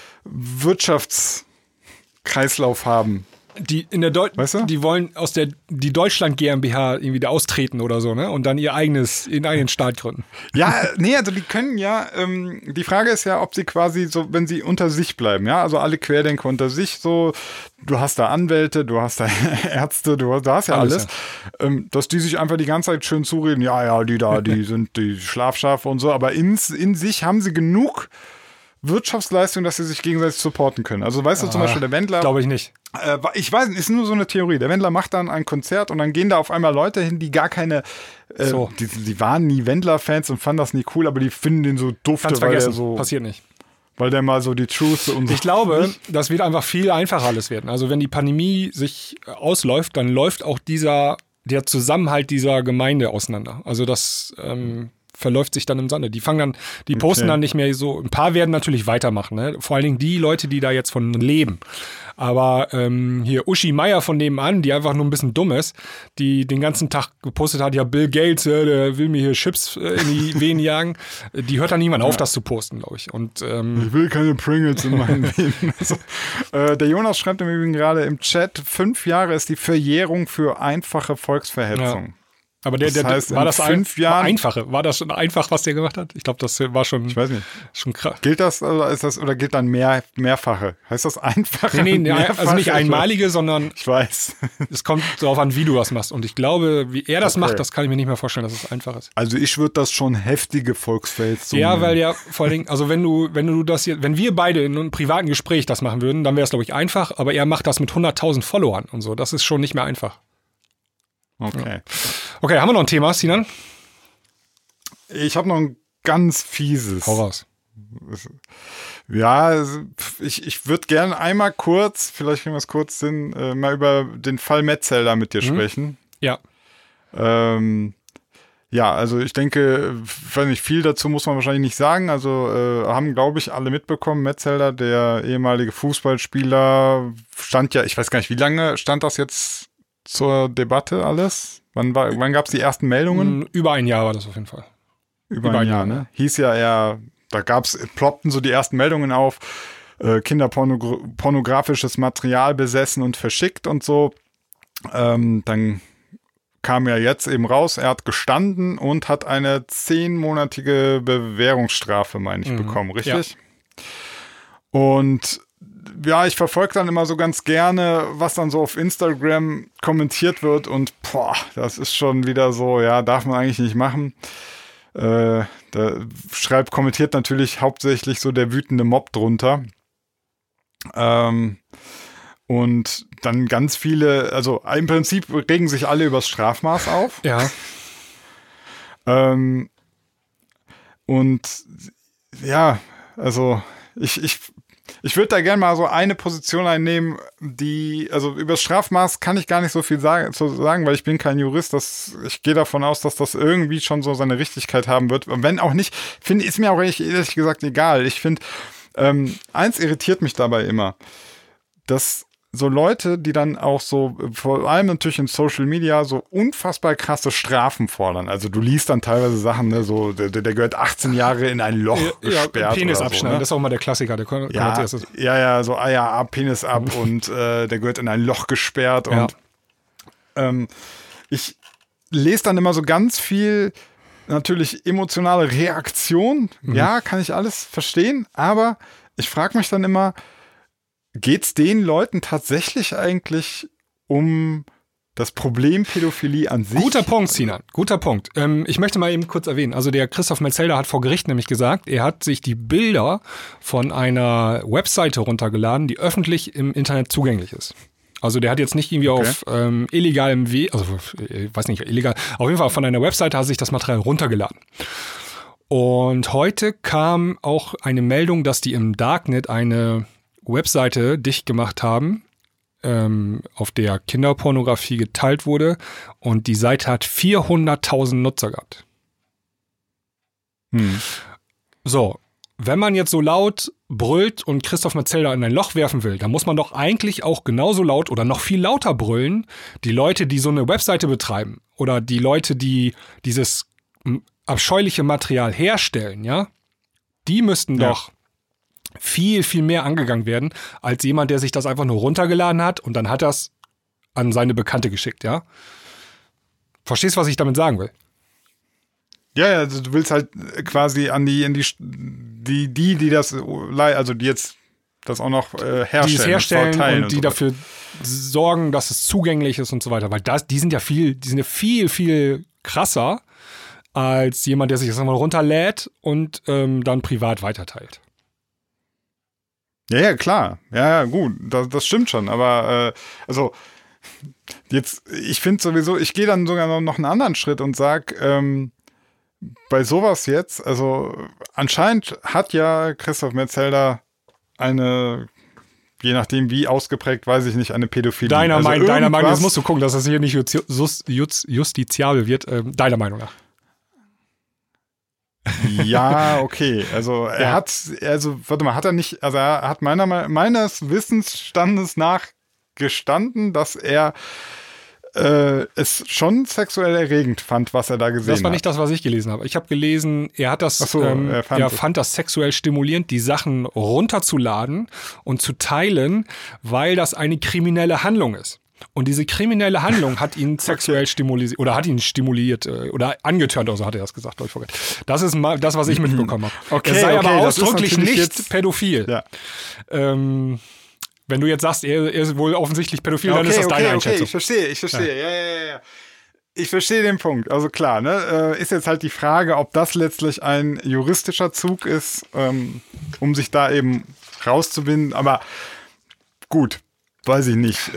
Wirtschaftskreislauf haben. Die Weißt du? Die wollen die Deutschland GmbH irgendwie da austreten oder so, ne? Und dann ihren eigenen Staat gründen. Ja, nee, also die können ja, die Frage ist ja, ob sie quasi so, wenn sie unter sich bleiben, ja, also alle Querdenker unter sich so, du hast da Anwälte, du hast da Ärzte, du hast ja alles. Dass die sich einfach die ganze Zeit schön zureden, ja, die sind die Schlafschafe und so, aber in sich haben sie genug Wirtschaftsleistung, dass sie sich gegenseitig supporten können. Also weißt du zum Beispiel, der Wendler. Glaube ich nicht. Ich weiß, ist nur so eine Theorie. Der Wendler macht dann ein Konzert und dann gehen da auf einmal Leute hin, die gar keine, die waren nie Wendler-Fans und fanden das nie cool, aber die finden den so dufte, Kannst weil vergessen, der so, passiert nicht. weil der mal so die Truth und so. Ich glaube, das wird einfach viel einfacher alles werden. Also wenn die Pandemie sich ausläuft, dann läuft auch der Zusammenhalt dieser Gemeinde auseinander. Also das verläuft sich dann im Sande. Die posten dann nicht mehr so. Ein paar werden natürlich weitermachen, ne? Vor allen Dingen die Leute, die da jetzt von leben. Aber hier Uschi Meier von nebenan, die einfach nur ein bisschen dumm ist, die den ganzen Tag gepostet hat, ja, Bill Gates, der will mir hier Chips in die Venen jagen. Die hört dann niemand auf, das zu posten, glaube ich. Und, ich will keine Pringles in meinen Venen. Also, der Jonas schreibt im Übrigen gerade im Chat, 5 Jahre ist die Verjährung für einfache Volksverhetzung. Ja. Aber das heißt, war das 5 Jahren Einfache? War das schon einfach, was der gemacht hat? Ich glaube, das war schon. Ich weiß nicht. Schon krass. Gilt das oder gilt dann mehrfache? Heißt das einfache? Nee, also nicht einmalige, sondern. Ich weiß. Es kommt darauf an, wie du das machst. Und ich glaube, wie er das macht, das kann ich mir nicht mehr vorstellen, dass es einfach ist. Also ich würde das schon heftige Volksverhetzung. Ja, weil ja vor allen Dingen, also wenn wir beide in einem privaten Gespräch das machen würden, dann wäre es, glaube ich, einfach. Aber er macht das mit 100.000 Followern und so. Das ist schon nicht mehr einfach. Okay. Okay, haben wir noch ein Thema, Sinan? Ich habe noch ein ganz fieses. Hau raus. Ja, ich würde gerne einmal kurz, vielleicht kriegen wir es kurz hin, mal über den Fall Metzelder mit dir sprechen. Ja. Ja, also ich denke, viel dazu muss man wahrscheinlich nicht sagen. Also haben, glaube ich, alle mitbekommen, Metzelder, der ehemalige Fußballspieler, stand ja, ich weiß gar nicht, wie lange stand das jetzt zur Debatte alles? Wann gab es die ersten Meldungen? Über ein Jahr war das auf jeden Fall. Über ein Jahr, ne? Hieß ja ploppten so die ersten Meldungen auf, kinderpornografisches Material besessen und verschickt und so. Dann kam ja jetzt eben raus, er hat gestanden und hat eine 10-monatige Bewährungsstrafe, meine ich, bekommen, richtig? Ja. Und ja, ich verfolge dann immer so ganz gerne, was dann so auf Instagram kommentiert wird und das ist schon wieder so, ja, darf man eigentlich nicht machen. Kommentiert natürlich hauptsächlich so der wütende Mob drunter. Und dann ganz viele, also im Prinzip regen sich alle übers Strafmaß auf. Ja. Und ja, also ich würde da gerne mal so eine Position einnehmen, also über das Strafmaß kann ich gar nicht so viel sagen, weil ich bin kein Jurist. Ich gehe davon aus, dass das irgendwie schon so seine Richtigkeit haben wird. Und wenn auch nicht, ist mir auch ehrlich gesagt egal. Ich finde, eins irritiert mich dabei immer, dass so Leute, die dann auch so, vor allem natürlich in Social Media, so unfassbar krasse Strafen fordern. Also du liest dann teilweise Sachen, ne, so, der gehört 18 Jahre in ein Loch gesperrt. Penis oder abschneiden, so, ne? Das ist auch mal der Klassiker. Der kommt als erstes. So Eier ab, Penis ab und der gehört in ein Loch gesperrt. Und ich lese dann immer so ganz viel natürlich emotionale Reaktion. Ja, kann ich alles verstehen, aber ich frage mich dann immer, geht's den Leuten tatsächlich eigentlich um das Problem Pädophilie an sich? Guter Punkt, Sinan. Guter Punkt. Ich möchte mal eben kurz erwähnen, also der Christoph Metzelder hat vor Gericht nämlich gesagt, er hat sich die Bilder von einer Webseite runtergeladen, die öffentlich im Internet zugänglich ist. Also der hat jetzt nicht irgendwie auf illegalem Weg, also ich weiß nicht, illegal, auf jeden Fall von einer Webseite hat er sich das Material runtergeladen. Und heute kam auch eine Meldung, dass die im Darknet eine Webseite dicht gemacht haben, auf der Kinderpornografie geteilt wurde, und die Seite hat 400.000 Nutzer gehabt. So, wenn man jetzt so laut brüllt und Christoph Metzelder in ein Loch werfen will, dann muss man doch eigentlich auch genauso laut oder noch viel lauter brüllen, die Leute, die so eine Webseite betreiben oder die Leute, die dieses abscheuliche Material herstellen, ja, die müssten doch viel, viel mehr angegangen werden, als jemand, der sich das einfach nur runtergeladen hat und dann hat das an seine Bekannte geschickt, ja. Verstehst du, was ich damit sagen will? Ja, also du willst halt quasi an die das, also die jetzt das auch noch herstellen. Die es herstellen und die so dafür sorgen, dass es zugänglich ist und so weiter. Weil die sind ja viel, viel krasser als jemand, der sich das einmal runterlädt und dann privat weiterteilt. Ja, klar. Ja, gut, das stimmt schon. Aber also jetzt, ich finde sowieso, ich gehe dann sogar noch einen anderen Schritt und sag, bei sowas jetzt, also anscheinend hat ja Christoph Metzelder eine, je nachdem wie ausgeprägt, weiß ich nicht, eine Pädophilie. Deiner Meinung, jetzt musst du gucken, dass das hier nicht justiziabel wird, deiner Meinung nach. Ja, okay. Also er hat meines Wissensstandes nach gestanden, dass er es schon sexuell erregend fand, was er da gesehen hat. Das war nicht das, was ich gelesen habe. Ich habe gelesen, er hat das, er fand das sexuell stimulierend, die Sachen runterzuladen und zu teilen, weil das eine kriminelle Handlung ist. Und diese kriminelle Handlung hat ihn sexuell stimuliert oder hat ihn stimuliert oder angetörnt, also hat er das gesagt, glaube ich. Das ist mal das, was ich mitbekommen habe. Okay, er sei aber das ausdrücklich nicht jetzt pädophil. Ja. Wenn du jetzt sagst, er ist wohl offensichtlich pädophil, dann ist das deine Einschätzung. Okay, ich verstehe. Ja. Ich verstehe den Punkt. Also klar, ne, ist jetzt halt die Frage, ob das letztlich ein juristischer Zug ist, um sich da eben rauszubinden. Aber gut, weiß ich nicht.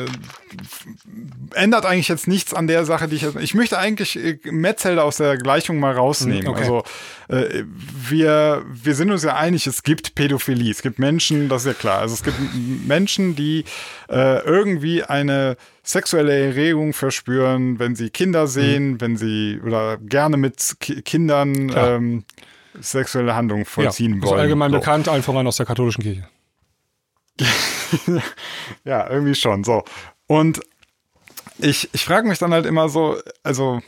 Ändert eigentlich jetzt nichts an der Sache, ich möchte eigentlich Metzelder aus der Gleichung mal rausnehmen. Okay. Also wir sind uns ja einig, es gibt Pädophilie. Es gibt Menschen, das ist ja klar. Also es gibt Menschen, die irgendwie eine sexuelle Erregung verspüren, wenn sie Kinder sehen, wenn sie oder gerne mit Kindern sexuelle Handlungen vollziehen wollen. Das ist allgemein bekannt, allen voran aus der katholischen Kirche. Ja, irgendwie schon. So. Und ich frage mich dann halt immer so, also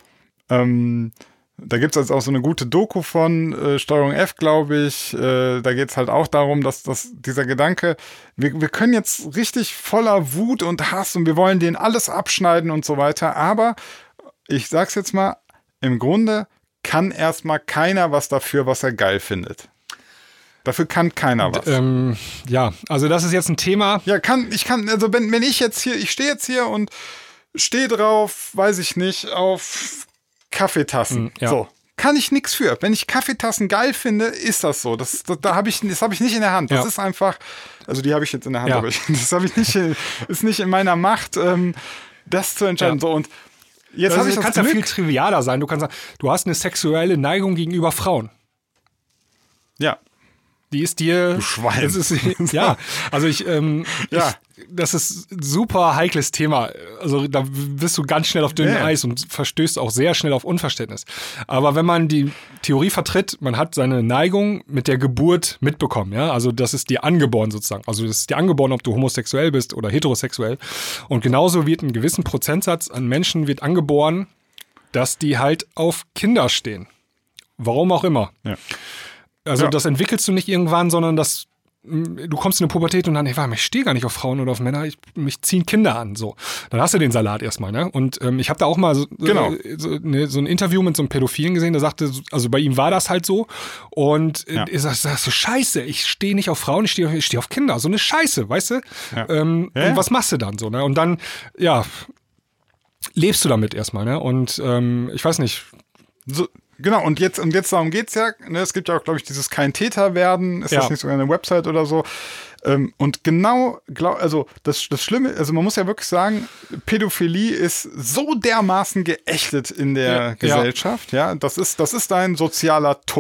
da gibt es jetzt auch so eine gute Doku von Steuerung F, glaube ich. Da geht es halt auch darum, dass dieser Gedanke, wir können jetzt richtig voller Wut und Hass und wir wollen denen alles abschneiden und so weiter, aber ich sag's jetzt mal, im Grunde kann erstmal keiner was dafür, was er geil findet. Dafür kann keiner was. Ja, also das ist jetzt ein Thema. Ja, also wenn ich stehe jetzt hier und stehe drauf, weiß ich nicht, auf Kaffeetassen. Ja. So. Kann ich nichts für. Wenn ich Kaffeetassen geil finde, ist das so. Das habe ich nicht in der Hand. Das ist einfach, also die habe ich jetzt in der Hand, aber das habe ich nicht, ist nicht in meiner Macht, das zu entscheiden. So, und jetzt habe ich das kannst ja viel trivialer sein. Du kannst sagen, du hast eine sexuelle Neigung gegenüber Frauen. Ja. Die ist dir. Du Schwein. Ja, also das ist ein super heikles Thema. Also da bist du ganz schnell auf dünnem Eis und verstößt auch sehr schnell auf Unverständnis. Aber wenn man die Theorie vertritt, man hat seine Neigung mit der Geburt mitbekommen, ja, also das ist dir angeboren sozusagen. Also das ist dir angeboren, ob du homosexuell bist oder heterosexuell. Und genauso wird ein gewissen Prozentsatz an Menschen wird angeboren, dass die halt auf Kinder stehen. Warum auch immer. Ja. Also das entwickelst du nicht irgendwann, sondern du kommst in eine Pubertät und dann, ich stehe gar nicht auf Frauen oder auf Männer, mich ziehen Kinder an. So. Dann hast du den Salat erstmal, ne? Und ich habe da auch mal so ein Interview mit so einem Pädophilen gesehen, der sagte, also bei ihm war das halt so. Und er sagt so, Scheiße, ich stehe nicht auf Frauen, ich stehe auf Kinder. So eine Scheiße, weißt du? Ja. Und was machst du dann so, ne? Und dann, lebst du damit erstmal, ne? Und ich weiß nicht. So. Genau, und jetzt darum geht's ja, ne, es gibt ja auch, glaube ich, dieses kein Täter werden, ist das nicht sogar eine Website oder so. Und genau, also das Schlimme, also man muss ja wirklich sagen, Pädophilie ist so dermaßen geächtet in der Gesellschaft, ja, das ist ein sozialer Tod.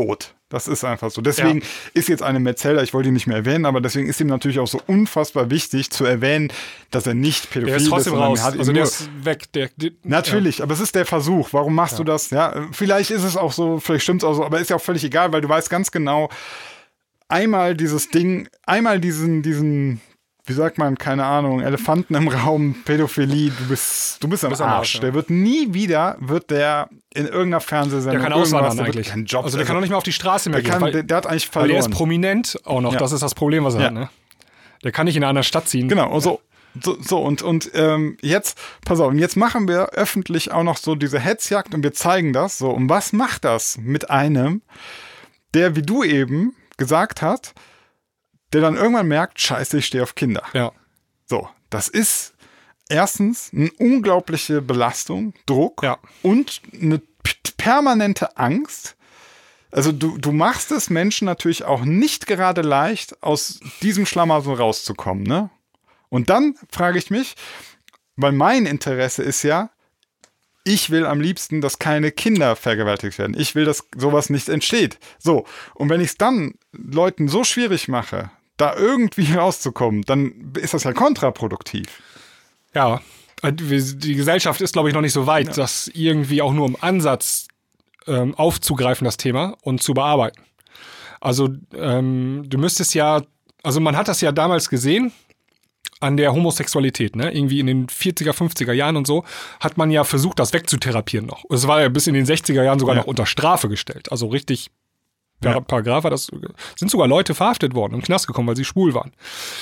Das ist einfach so. Deswegen ist jetzt eine Metzelder, ich wollte ihn nicht mehr erwähnen, aber deswegen ist ihm natürlich auch so unfassbar wichtig zu erwähnen, dass er nicht pädophil ist. Der ist trotzdem raus. Also der ist weg. Natürlich, aber es ist der Versuch. Warum machst du das? Ja, vielleicht ist es auch so, vielleicht stimmt es auch so, aber ist ja auch völlig egal, weil du weißt ganz genau, einmal dieses Ding, einmal diesen wie sagt man, keine Ahnung, Elefanten im Raum, Pädophilie, du bist am Arsch. Ja. Der wird nie wieder, in irgendeiner Fernsehsendung, der kann auswandern eigentlich. Job, also der kann auch nicht mehr auf die Straße mehr gehen. Der hat eigentlich verloren. Weil der ist prominent auch noch, das ist das Problem, was er hat, ne? Der kann nicht in eine andere Stadt ziehen. Genau, und und jetzt, pass auf, jetzt machen wir öffentlich auch noch so diese Hetzjagd und wir zeigen das so. Und was macht das mit einem, der, wie du eben gesagt hast, der dann irgendwann merkt, scheiße, ich stehe auf Kinder. Ja. So, das ist erstens eine unglaubliche Belastung, Druck und eine permanente Angst. Also du machst es Menschen natürlich auch nicht gerade leicht, aus diesem Schlamassel rauszukommen, ne? Und dann frage ich mich, weil mein Interesse ist ja, ich will am liebsten, dass keine Kinder vergewaltigt werden. Ich will, dass sowas nicht entsteht. So, und wenn ich es dann Leuten so schwierig mache, da irgendwie rauszukommen, dann ist das ja kontraproduktiv. Ja, die Gesellschaft ist, glaube ich, noch nicht so weit, das irgendwie auch nur im Ansatz aufzugreifen, das Thema, und zu bearbeiten. Also du müsstest ja, also man hat das ja damals gesehen, an der Homosexualität, ne? Irgendwie in den 40er, 50er Jahren und so, hat man ja versucht, das wegzutherapieren noch. Es war ja bis in den 60er Jahren sogar noch unter Strafe gestellt. Also richtig Paragraph war das, sind sogar Leute verhaftet worden und in den Knast gekommen, weil sie schwul waren.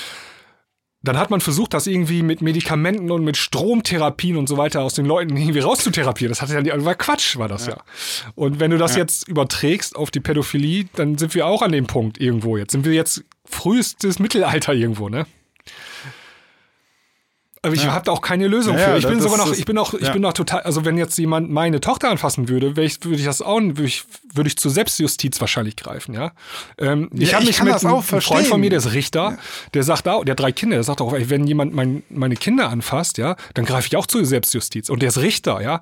Dann hat man versucht, das irgendwie mit Medikamenten und mit Stromtherapien und so weiter aus den Leuten irgendwie rauszutherapieren. Das war Quatsch, war das ja. Und wenn du das jetzt überträgst auf die Pädophilie, dann sind wir auch an dem Punkt irgendwo jetzt. Sind wir jetzt frühestes Mittelalter irgendwo, ne? Aber ich habe da auch keine Lösung für. Ich bin sogar noch, ich bin noch total, also wenn jetzt jemand meine Tochter anfassen würde, würde ich zur Selbstjustiz wahrscheinlich greifen, ja. Ich habe mich mit einem Freund von mir, der ist Richter, der sagt auch, der hat 3 Kinder, der sagt auch, ey, wenn jemand meine Kinder anfasst, ja, dann greife ich auch zur Selbstjustiz. Und der ist Richter, ja.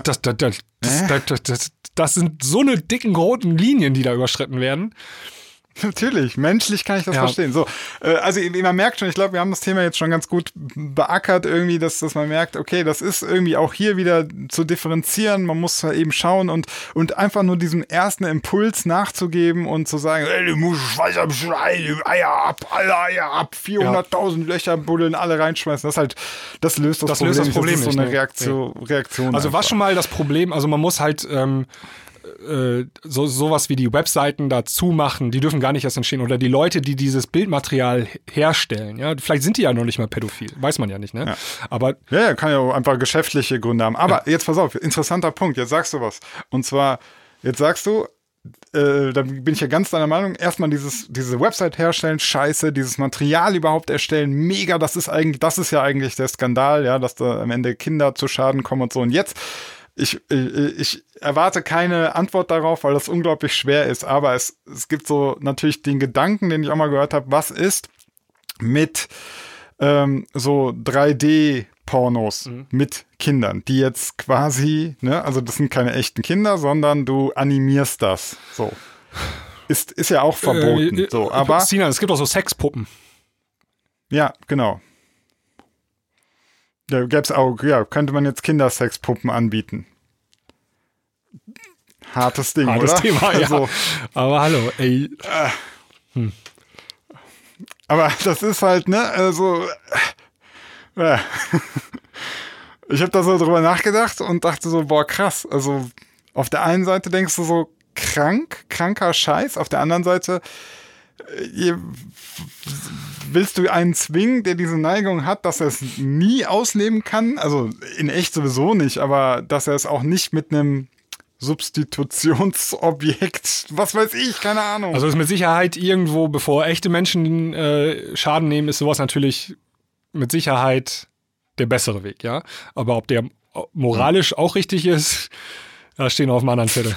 Das sind so eine dicken roten Linien, die da überschritten werden. Natürlich, menschlich kann ich das verstehen. So, also man merkt schon, ich glaube, wir haben das Thema jetzt schon ganz gut beackert irgendwie, dass man merkt, okay, das ist irgendwie auch hier wieder zu differenzieren, man muss halt eben schauen und einfach nur diesem ersten Impuls nachzugeben und zu sagen, ey, du musst Eier ab, 400.000 Löcher buddeln, alle reinschmeißen, das löst das Problem. Das ist so eine Reaktion. Also war schon mal das Problem, also man muss halt sowas wie die Webseiten dazu machen, die dürfen gar nicht erst entstehen. Oder die Leute, die dieses Bildmaterial herstellen, ja, vielleicht sind die ja noch nicht mal pädophil, weiß man ja nicht, ne? Ja. Aber kann ja auch einfach geschäftliche Gründe haben. Aber jetzt pass auf, interessanter Punkt, jetzt sagst du was. Und zwar, jetzt sagst du, da bin ich ja ganz deiner Meinung, erstmal diese Website herstellen, scheiße, dieses Material überhaupt erstellen, mega, das ist ja eigentlich der Skandal, ja, dass da am Ende Kinder zu Schaden kommen und so. Und jetzt Ich erwarte keine Antwort darauf, weil das unglaublich schwer ist, aber es gibt so natürlich den Gedanken, den ich auch mal gehört habe, was ist mit so 3D-Pornos mit Kindern, die jetzt quasi, ne, also das sind keine echten Kinder, sondern du animierst das, so. Ist ja auch verboten, so, aber... Sinan, es gibt auch so Sexpuppen. Ja, genau. Ja, gäb's auch, ja, könnte man jetzt Kindersexpuppen anbieten. Hartes Ding, Hartes oder? Thema, ja. Also, aber hallo, ey. Aber das ist halt, ne, also ich habe da so drüber nachgedacht und dachte so, boah, krass. Also auf der einen Seite denkst du so, kranker Scheiß, auf der anderen Seite willst du einen zwingen, der diese Neigung hat, dass er es nie ausleben kann? Also in echt sowieso nicht, aber dass er es auch nicht mit einem Substitutionsobjekt, was weiß ich, keine Ahnung. Also ist mit Sicherheit irgendwo, bevor echte Menschen Schaden nehmen, ist sowas natürlich mit Sicherheit der bessere Weg, ja. Aber ob der moralisch auch richtig ist, da stehen wir auf einem anderen Zettel.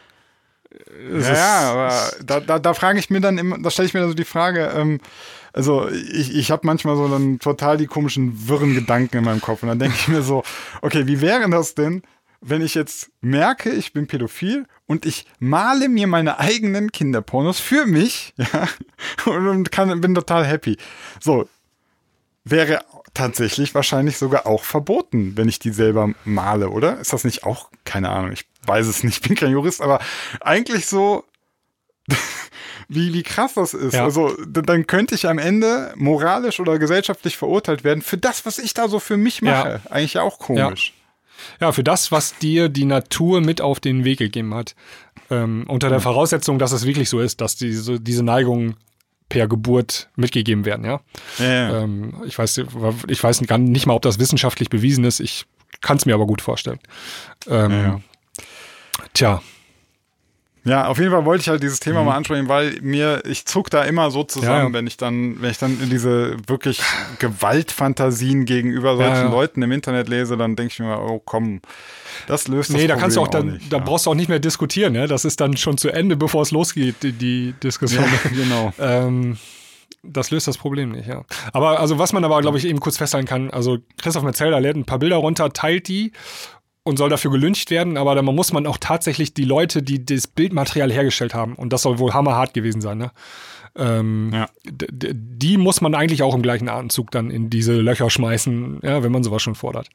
Aber da frage ich mir dann immer, da stelle ich mir dann so die Frage, also ich habe manchmal so dann total die komischen, wirren Gedanken in meinem Kopf und dann denke ich mir so, okay, wie wäre das denn, wenn ich jetzt merke, ich bin pädophil und ich male mir meine eigenen Kinderpornos für mich, ja, und bin total happy. So, wäre tatsächlich wahrscheinlich sogar auch verboten, wenn ich die selber male, oder? Ist das nicht auch? Keine Ahnung, ich weiß es nicht, bin kein Jurist, aber eigentlich so, wie krass das ist. Ja. Also, dann könnte ich am Ende moralisch oder gesellschaftlich verurteilt werden für das, was ich da so für mich mache. Ja. Eigentlich auch komisch. Ja, für das, was dir die Natur mit auf den Weg gegeben hat. Unter der Voraussetzung, dass es wirklich so ist, dass diese Neigungen per Geburt mitgegeben werden, ja. Ja. Ich weiß gar nicht mal, ob das wissenschaftlich bewiesen ist. Ich kann es mir aber gut vorstellen. Tja. Ja, auf jeden Fall wollte ich halt dieses Thema mal ansprechen, weil ich zuck da immer so zusammen, wenn ich dann in diese wirklich Gewaltfantasien gegenüber solchen Leuten im Internet lese, dann denke ich mir, oh komm, das löst das Problem da kannst du auch dann, nicht. Da brauchst du auch nicht mehr diskutieren, ne? Das ist dann schon zu Ende, bevor es losgeht, die Diskussion. Ja, genau. Das löst das Problem nicht, ja. Aber also was man aber, glaube ich, eben kurz festhalten kann, also Christoph Metzelder lädt ein paar Bilder runter, teilt die und soll dafür gelyncht werden, aber da muss man auch tatsächlich die Leute, die das Bildmaterial hergestellt haben, und das soll wohl hammerhart gewesen sein, ne? Die muss man eigentlich auch im gleichen Atemzug dann in diese Löcher schmeißen, ja, wenn man sowas schon fordert.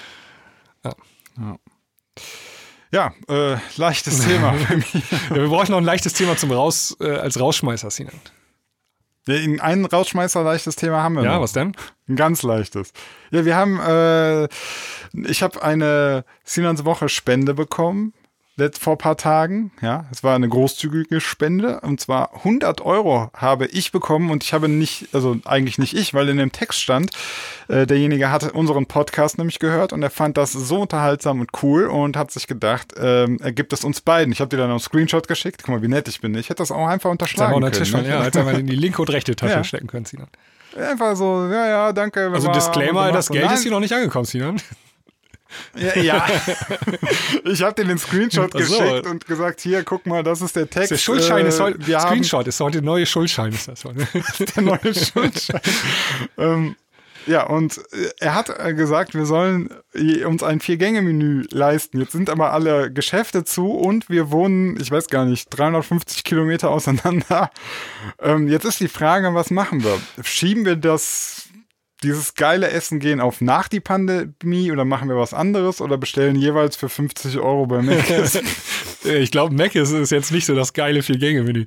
Ja, leichtes Thema für mich. Ja, wir brauchen noch ein leichtes Thema als Rausschmeißer, Sinan. Ein Rausschmeißer leichtes Thema haben wir noch. Ja, was denn? Ein ganz leichtes. Ja, wir haben, ich habe eine Sinans Woche Spende bekommen, vor ein paar Tagen. Ja, es war eine großzügige Spende, und zwar 100 € habe ich bekommen, und ich habe eigentlich nicht ich, weil in dem Text stand, derjenige hatte unseren Podcast nämlich gehört und er fand das so unterhaltsam und cool und hat sich gedacht, er gibt es uns beiden. Ich habe dir dann noch einen Screenshot geschickt. Guck mal, wie nett ich bin. Ich hätte das auch einfach unterschlagen können. Ja, hätte man in die linke und rechte Tasche stecken können, Sinan. Einfach so, ja, danke. Also Disclaimer, das Geld ist hier noch nicht angekommen, Sinan. Ja. Ich habe dir den Screenshot geschickt und gesagt, hier, guck mal, das ist der Text. Der Schuldschein ist heute, Screenshot ist heute der neue Schuldschein. Ist das heute. Der neue Schuldschein. Ja, und er hat gesagt, wir sollen uns ein 4-Gänge-Menü leisten. Jetzt sind aber alle Geschäfte zu und wir wohnen, ich weiß gar nicht, 350 Kilometer auseinander. Jetzt ist die Frage, was machen wir? Schieben wir dieses geile Essen gehen auf nach die Pandemie oder machen wir was anderes oder bestellen jeweils für 50 € bei Mc's? Ich glaube, Mc's ist jetzt nicht so das geile 4-Gänge-Menü.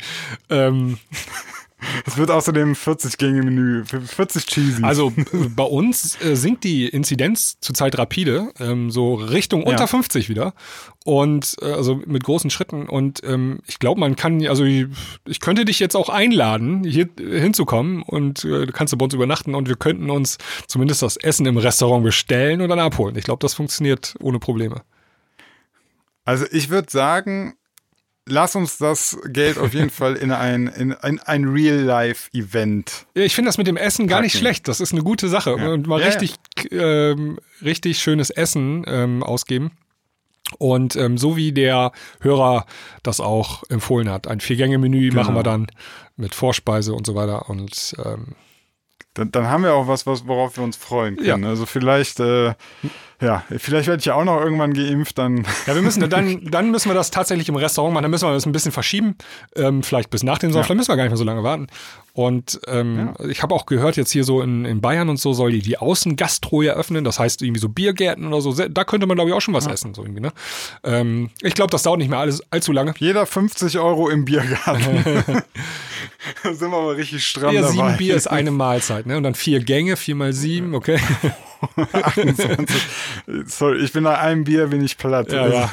Es wird außerdem 40-Gänge-Menü, 40 Cheesy. Also bei uns sinkt die Inzidenz zurzeit rapide, so Richtung unter 50 wieder. Und also mit großen Schritten. Und ich glaube, man kann, also ich könnte dich jetzt auch einladen, hier hinzukommen und du kannst bei uns übernachten und wir könnten uns zumindest das Essen im Restaurant bestellen und dann abholen. Ich glaube, das funktioniert ohne Probleme. Also ich würde sagen, lass uns das Geld auf jeden Fall in ein Real-Life-Event. Ja, ich finde das mit dem Essen gar nicht schlecht. Das ist eine gute Sache. Ja. Und mal richtig schönes Essen ausgeben. Und so wie der Hörer das auch empfohlen hat. Ein 4-Gänge-Menü machen wir dann mit Vorspeise und so weiter. Und dann haben wir auch was, worauf wir uns freuen können. Ja. Also vielleicht werde ich ja auch noch irgendwann geimpft, dann. Ja, dann müssen wir das tatsächlich im Restaurant machen, dann müssen wir das ein bisschen verschieben, vielleicht bis nach dem Sommer, vielleicht müssen wir gar nicht mehr so lange warten. Und ich habe auch gehört, jetzt hier so in Bayern und so soll die Außengastro eröffnen, das heißt irgendwie so Biergärten oder so, da könnte man glaube ich auch schon was essen, so irgendwie, ne? Ich glaube, das dauert nicht mehr allzu lange. Jeder 50 € im Biergarten. Da sind wir aber richtig stramm dabei. 7 Bier ist eine Mahlzeit, ne? Und dann 4 Gänge, 4 mal 7, okay. 28. Sorry, ich bin nach einem Bier bin ich platt. Ja.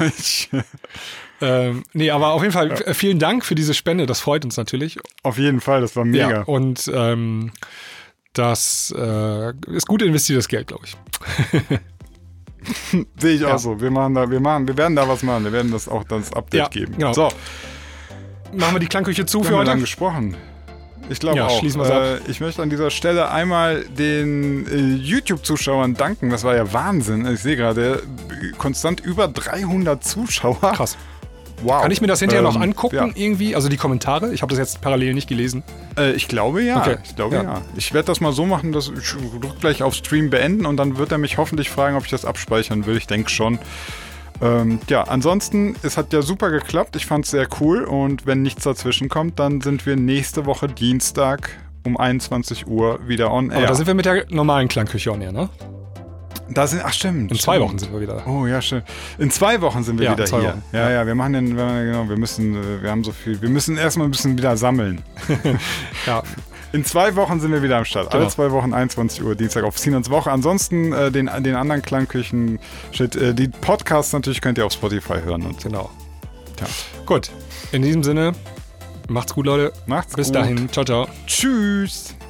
Nee, aber auf jeden Fall vielen Dank für diese Spende, das freut uns natürlich. Auf jeden Fall, das war mega. Ja, und das ist gut investiertes Geld, glaube ich. Sehe ich auch so. Wir werden da was machen. Wir werden das Update geben. Genau. So. Machen wir die Klangküche zu für heute? Dann gesprochen. Ich glaube auch. Schließen wir ab. Ich möchte an dieser Stelle einmal den YouTube-Zuschauern danken. Das war ja Wahnsinn. Ich sehe gerade konstant über 300 Zuschauer. Krass. Wow. Kann ich mir das hinterher noch angucken irgendwie? Also die Kommentare? Ich habe das jetzt parallel nicht gelesen. Ich glaube ja. Okay. Ich werde das mal so machen, dass ich drücke gleich auf Stream beenden und dann wird er mich hoffentlich fragen, ob ich das abspeichern will. Ich denke schon. Ja, ansonsten, es hat ja super geklappt. Ich fand es sehr cool. Und wenn nichts dazwischen kommt, dann sind wir nächste Woche Dienstag um 21 Uhr wieder on air. Aber da sind wir mit der normalen Klangküche on air, ne? Ach stimmt. In 2 Wochen sind wir wieder. Oh ja, stimmt. In 2 Wochen sind wir wieder 2 hier. Wochen. Ja, wir machen genau, wir haben so viel, wir müssen erstmal ein bisschen wieder sammeln. Ja. In 2 Wochen sind wir wieder am Start. Genau. Alle 2 Wochen, 21 Uhr, Dienstag auf Sinans Woche. Ansonsten den anderen Klangküchen-Shit, die Podcasts natürlich könnt ihr auf Spotify hören. Und Genau. ja. Gut. In diesem Sinne, macht's gut, Leute. Macht's Bis gut. dahin. Ciao, ciao. Tschüss.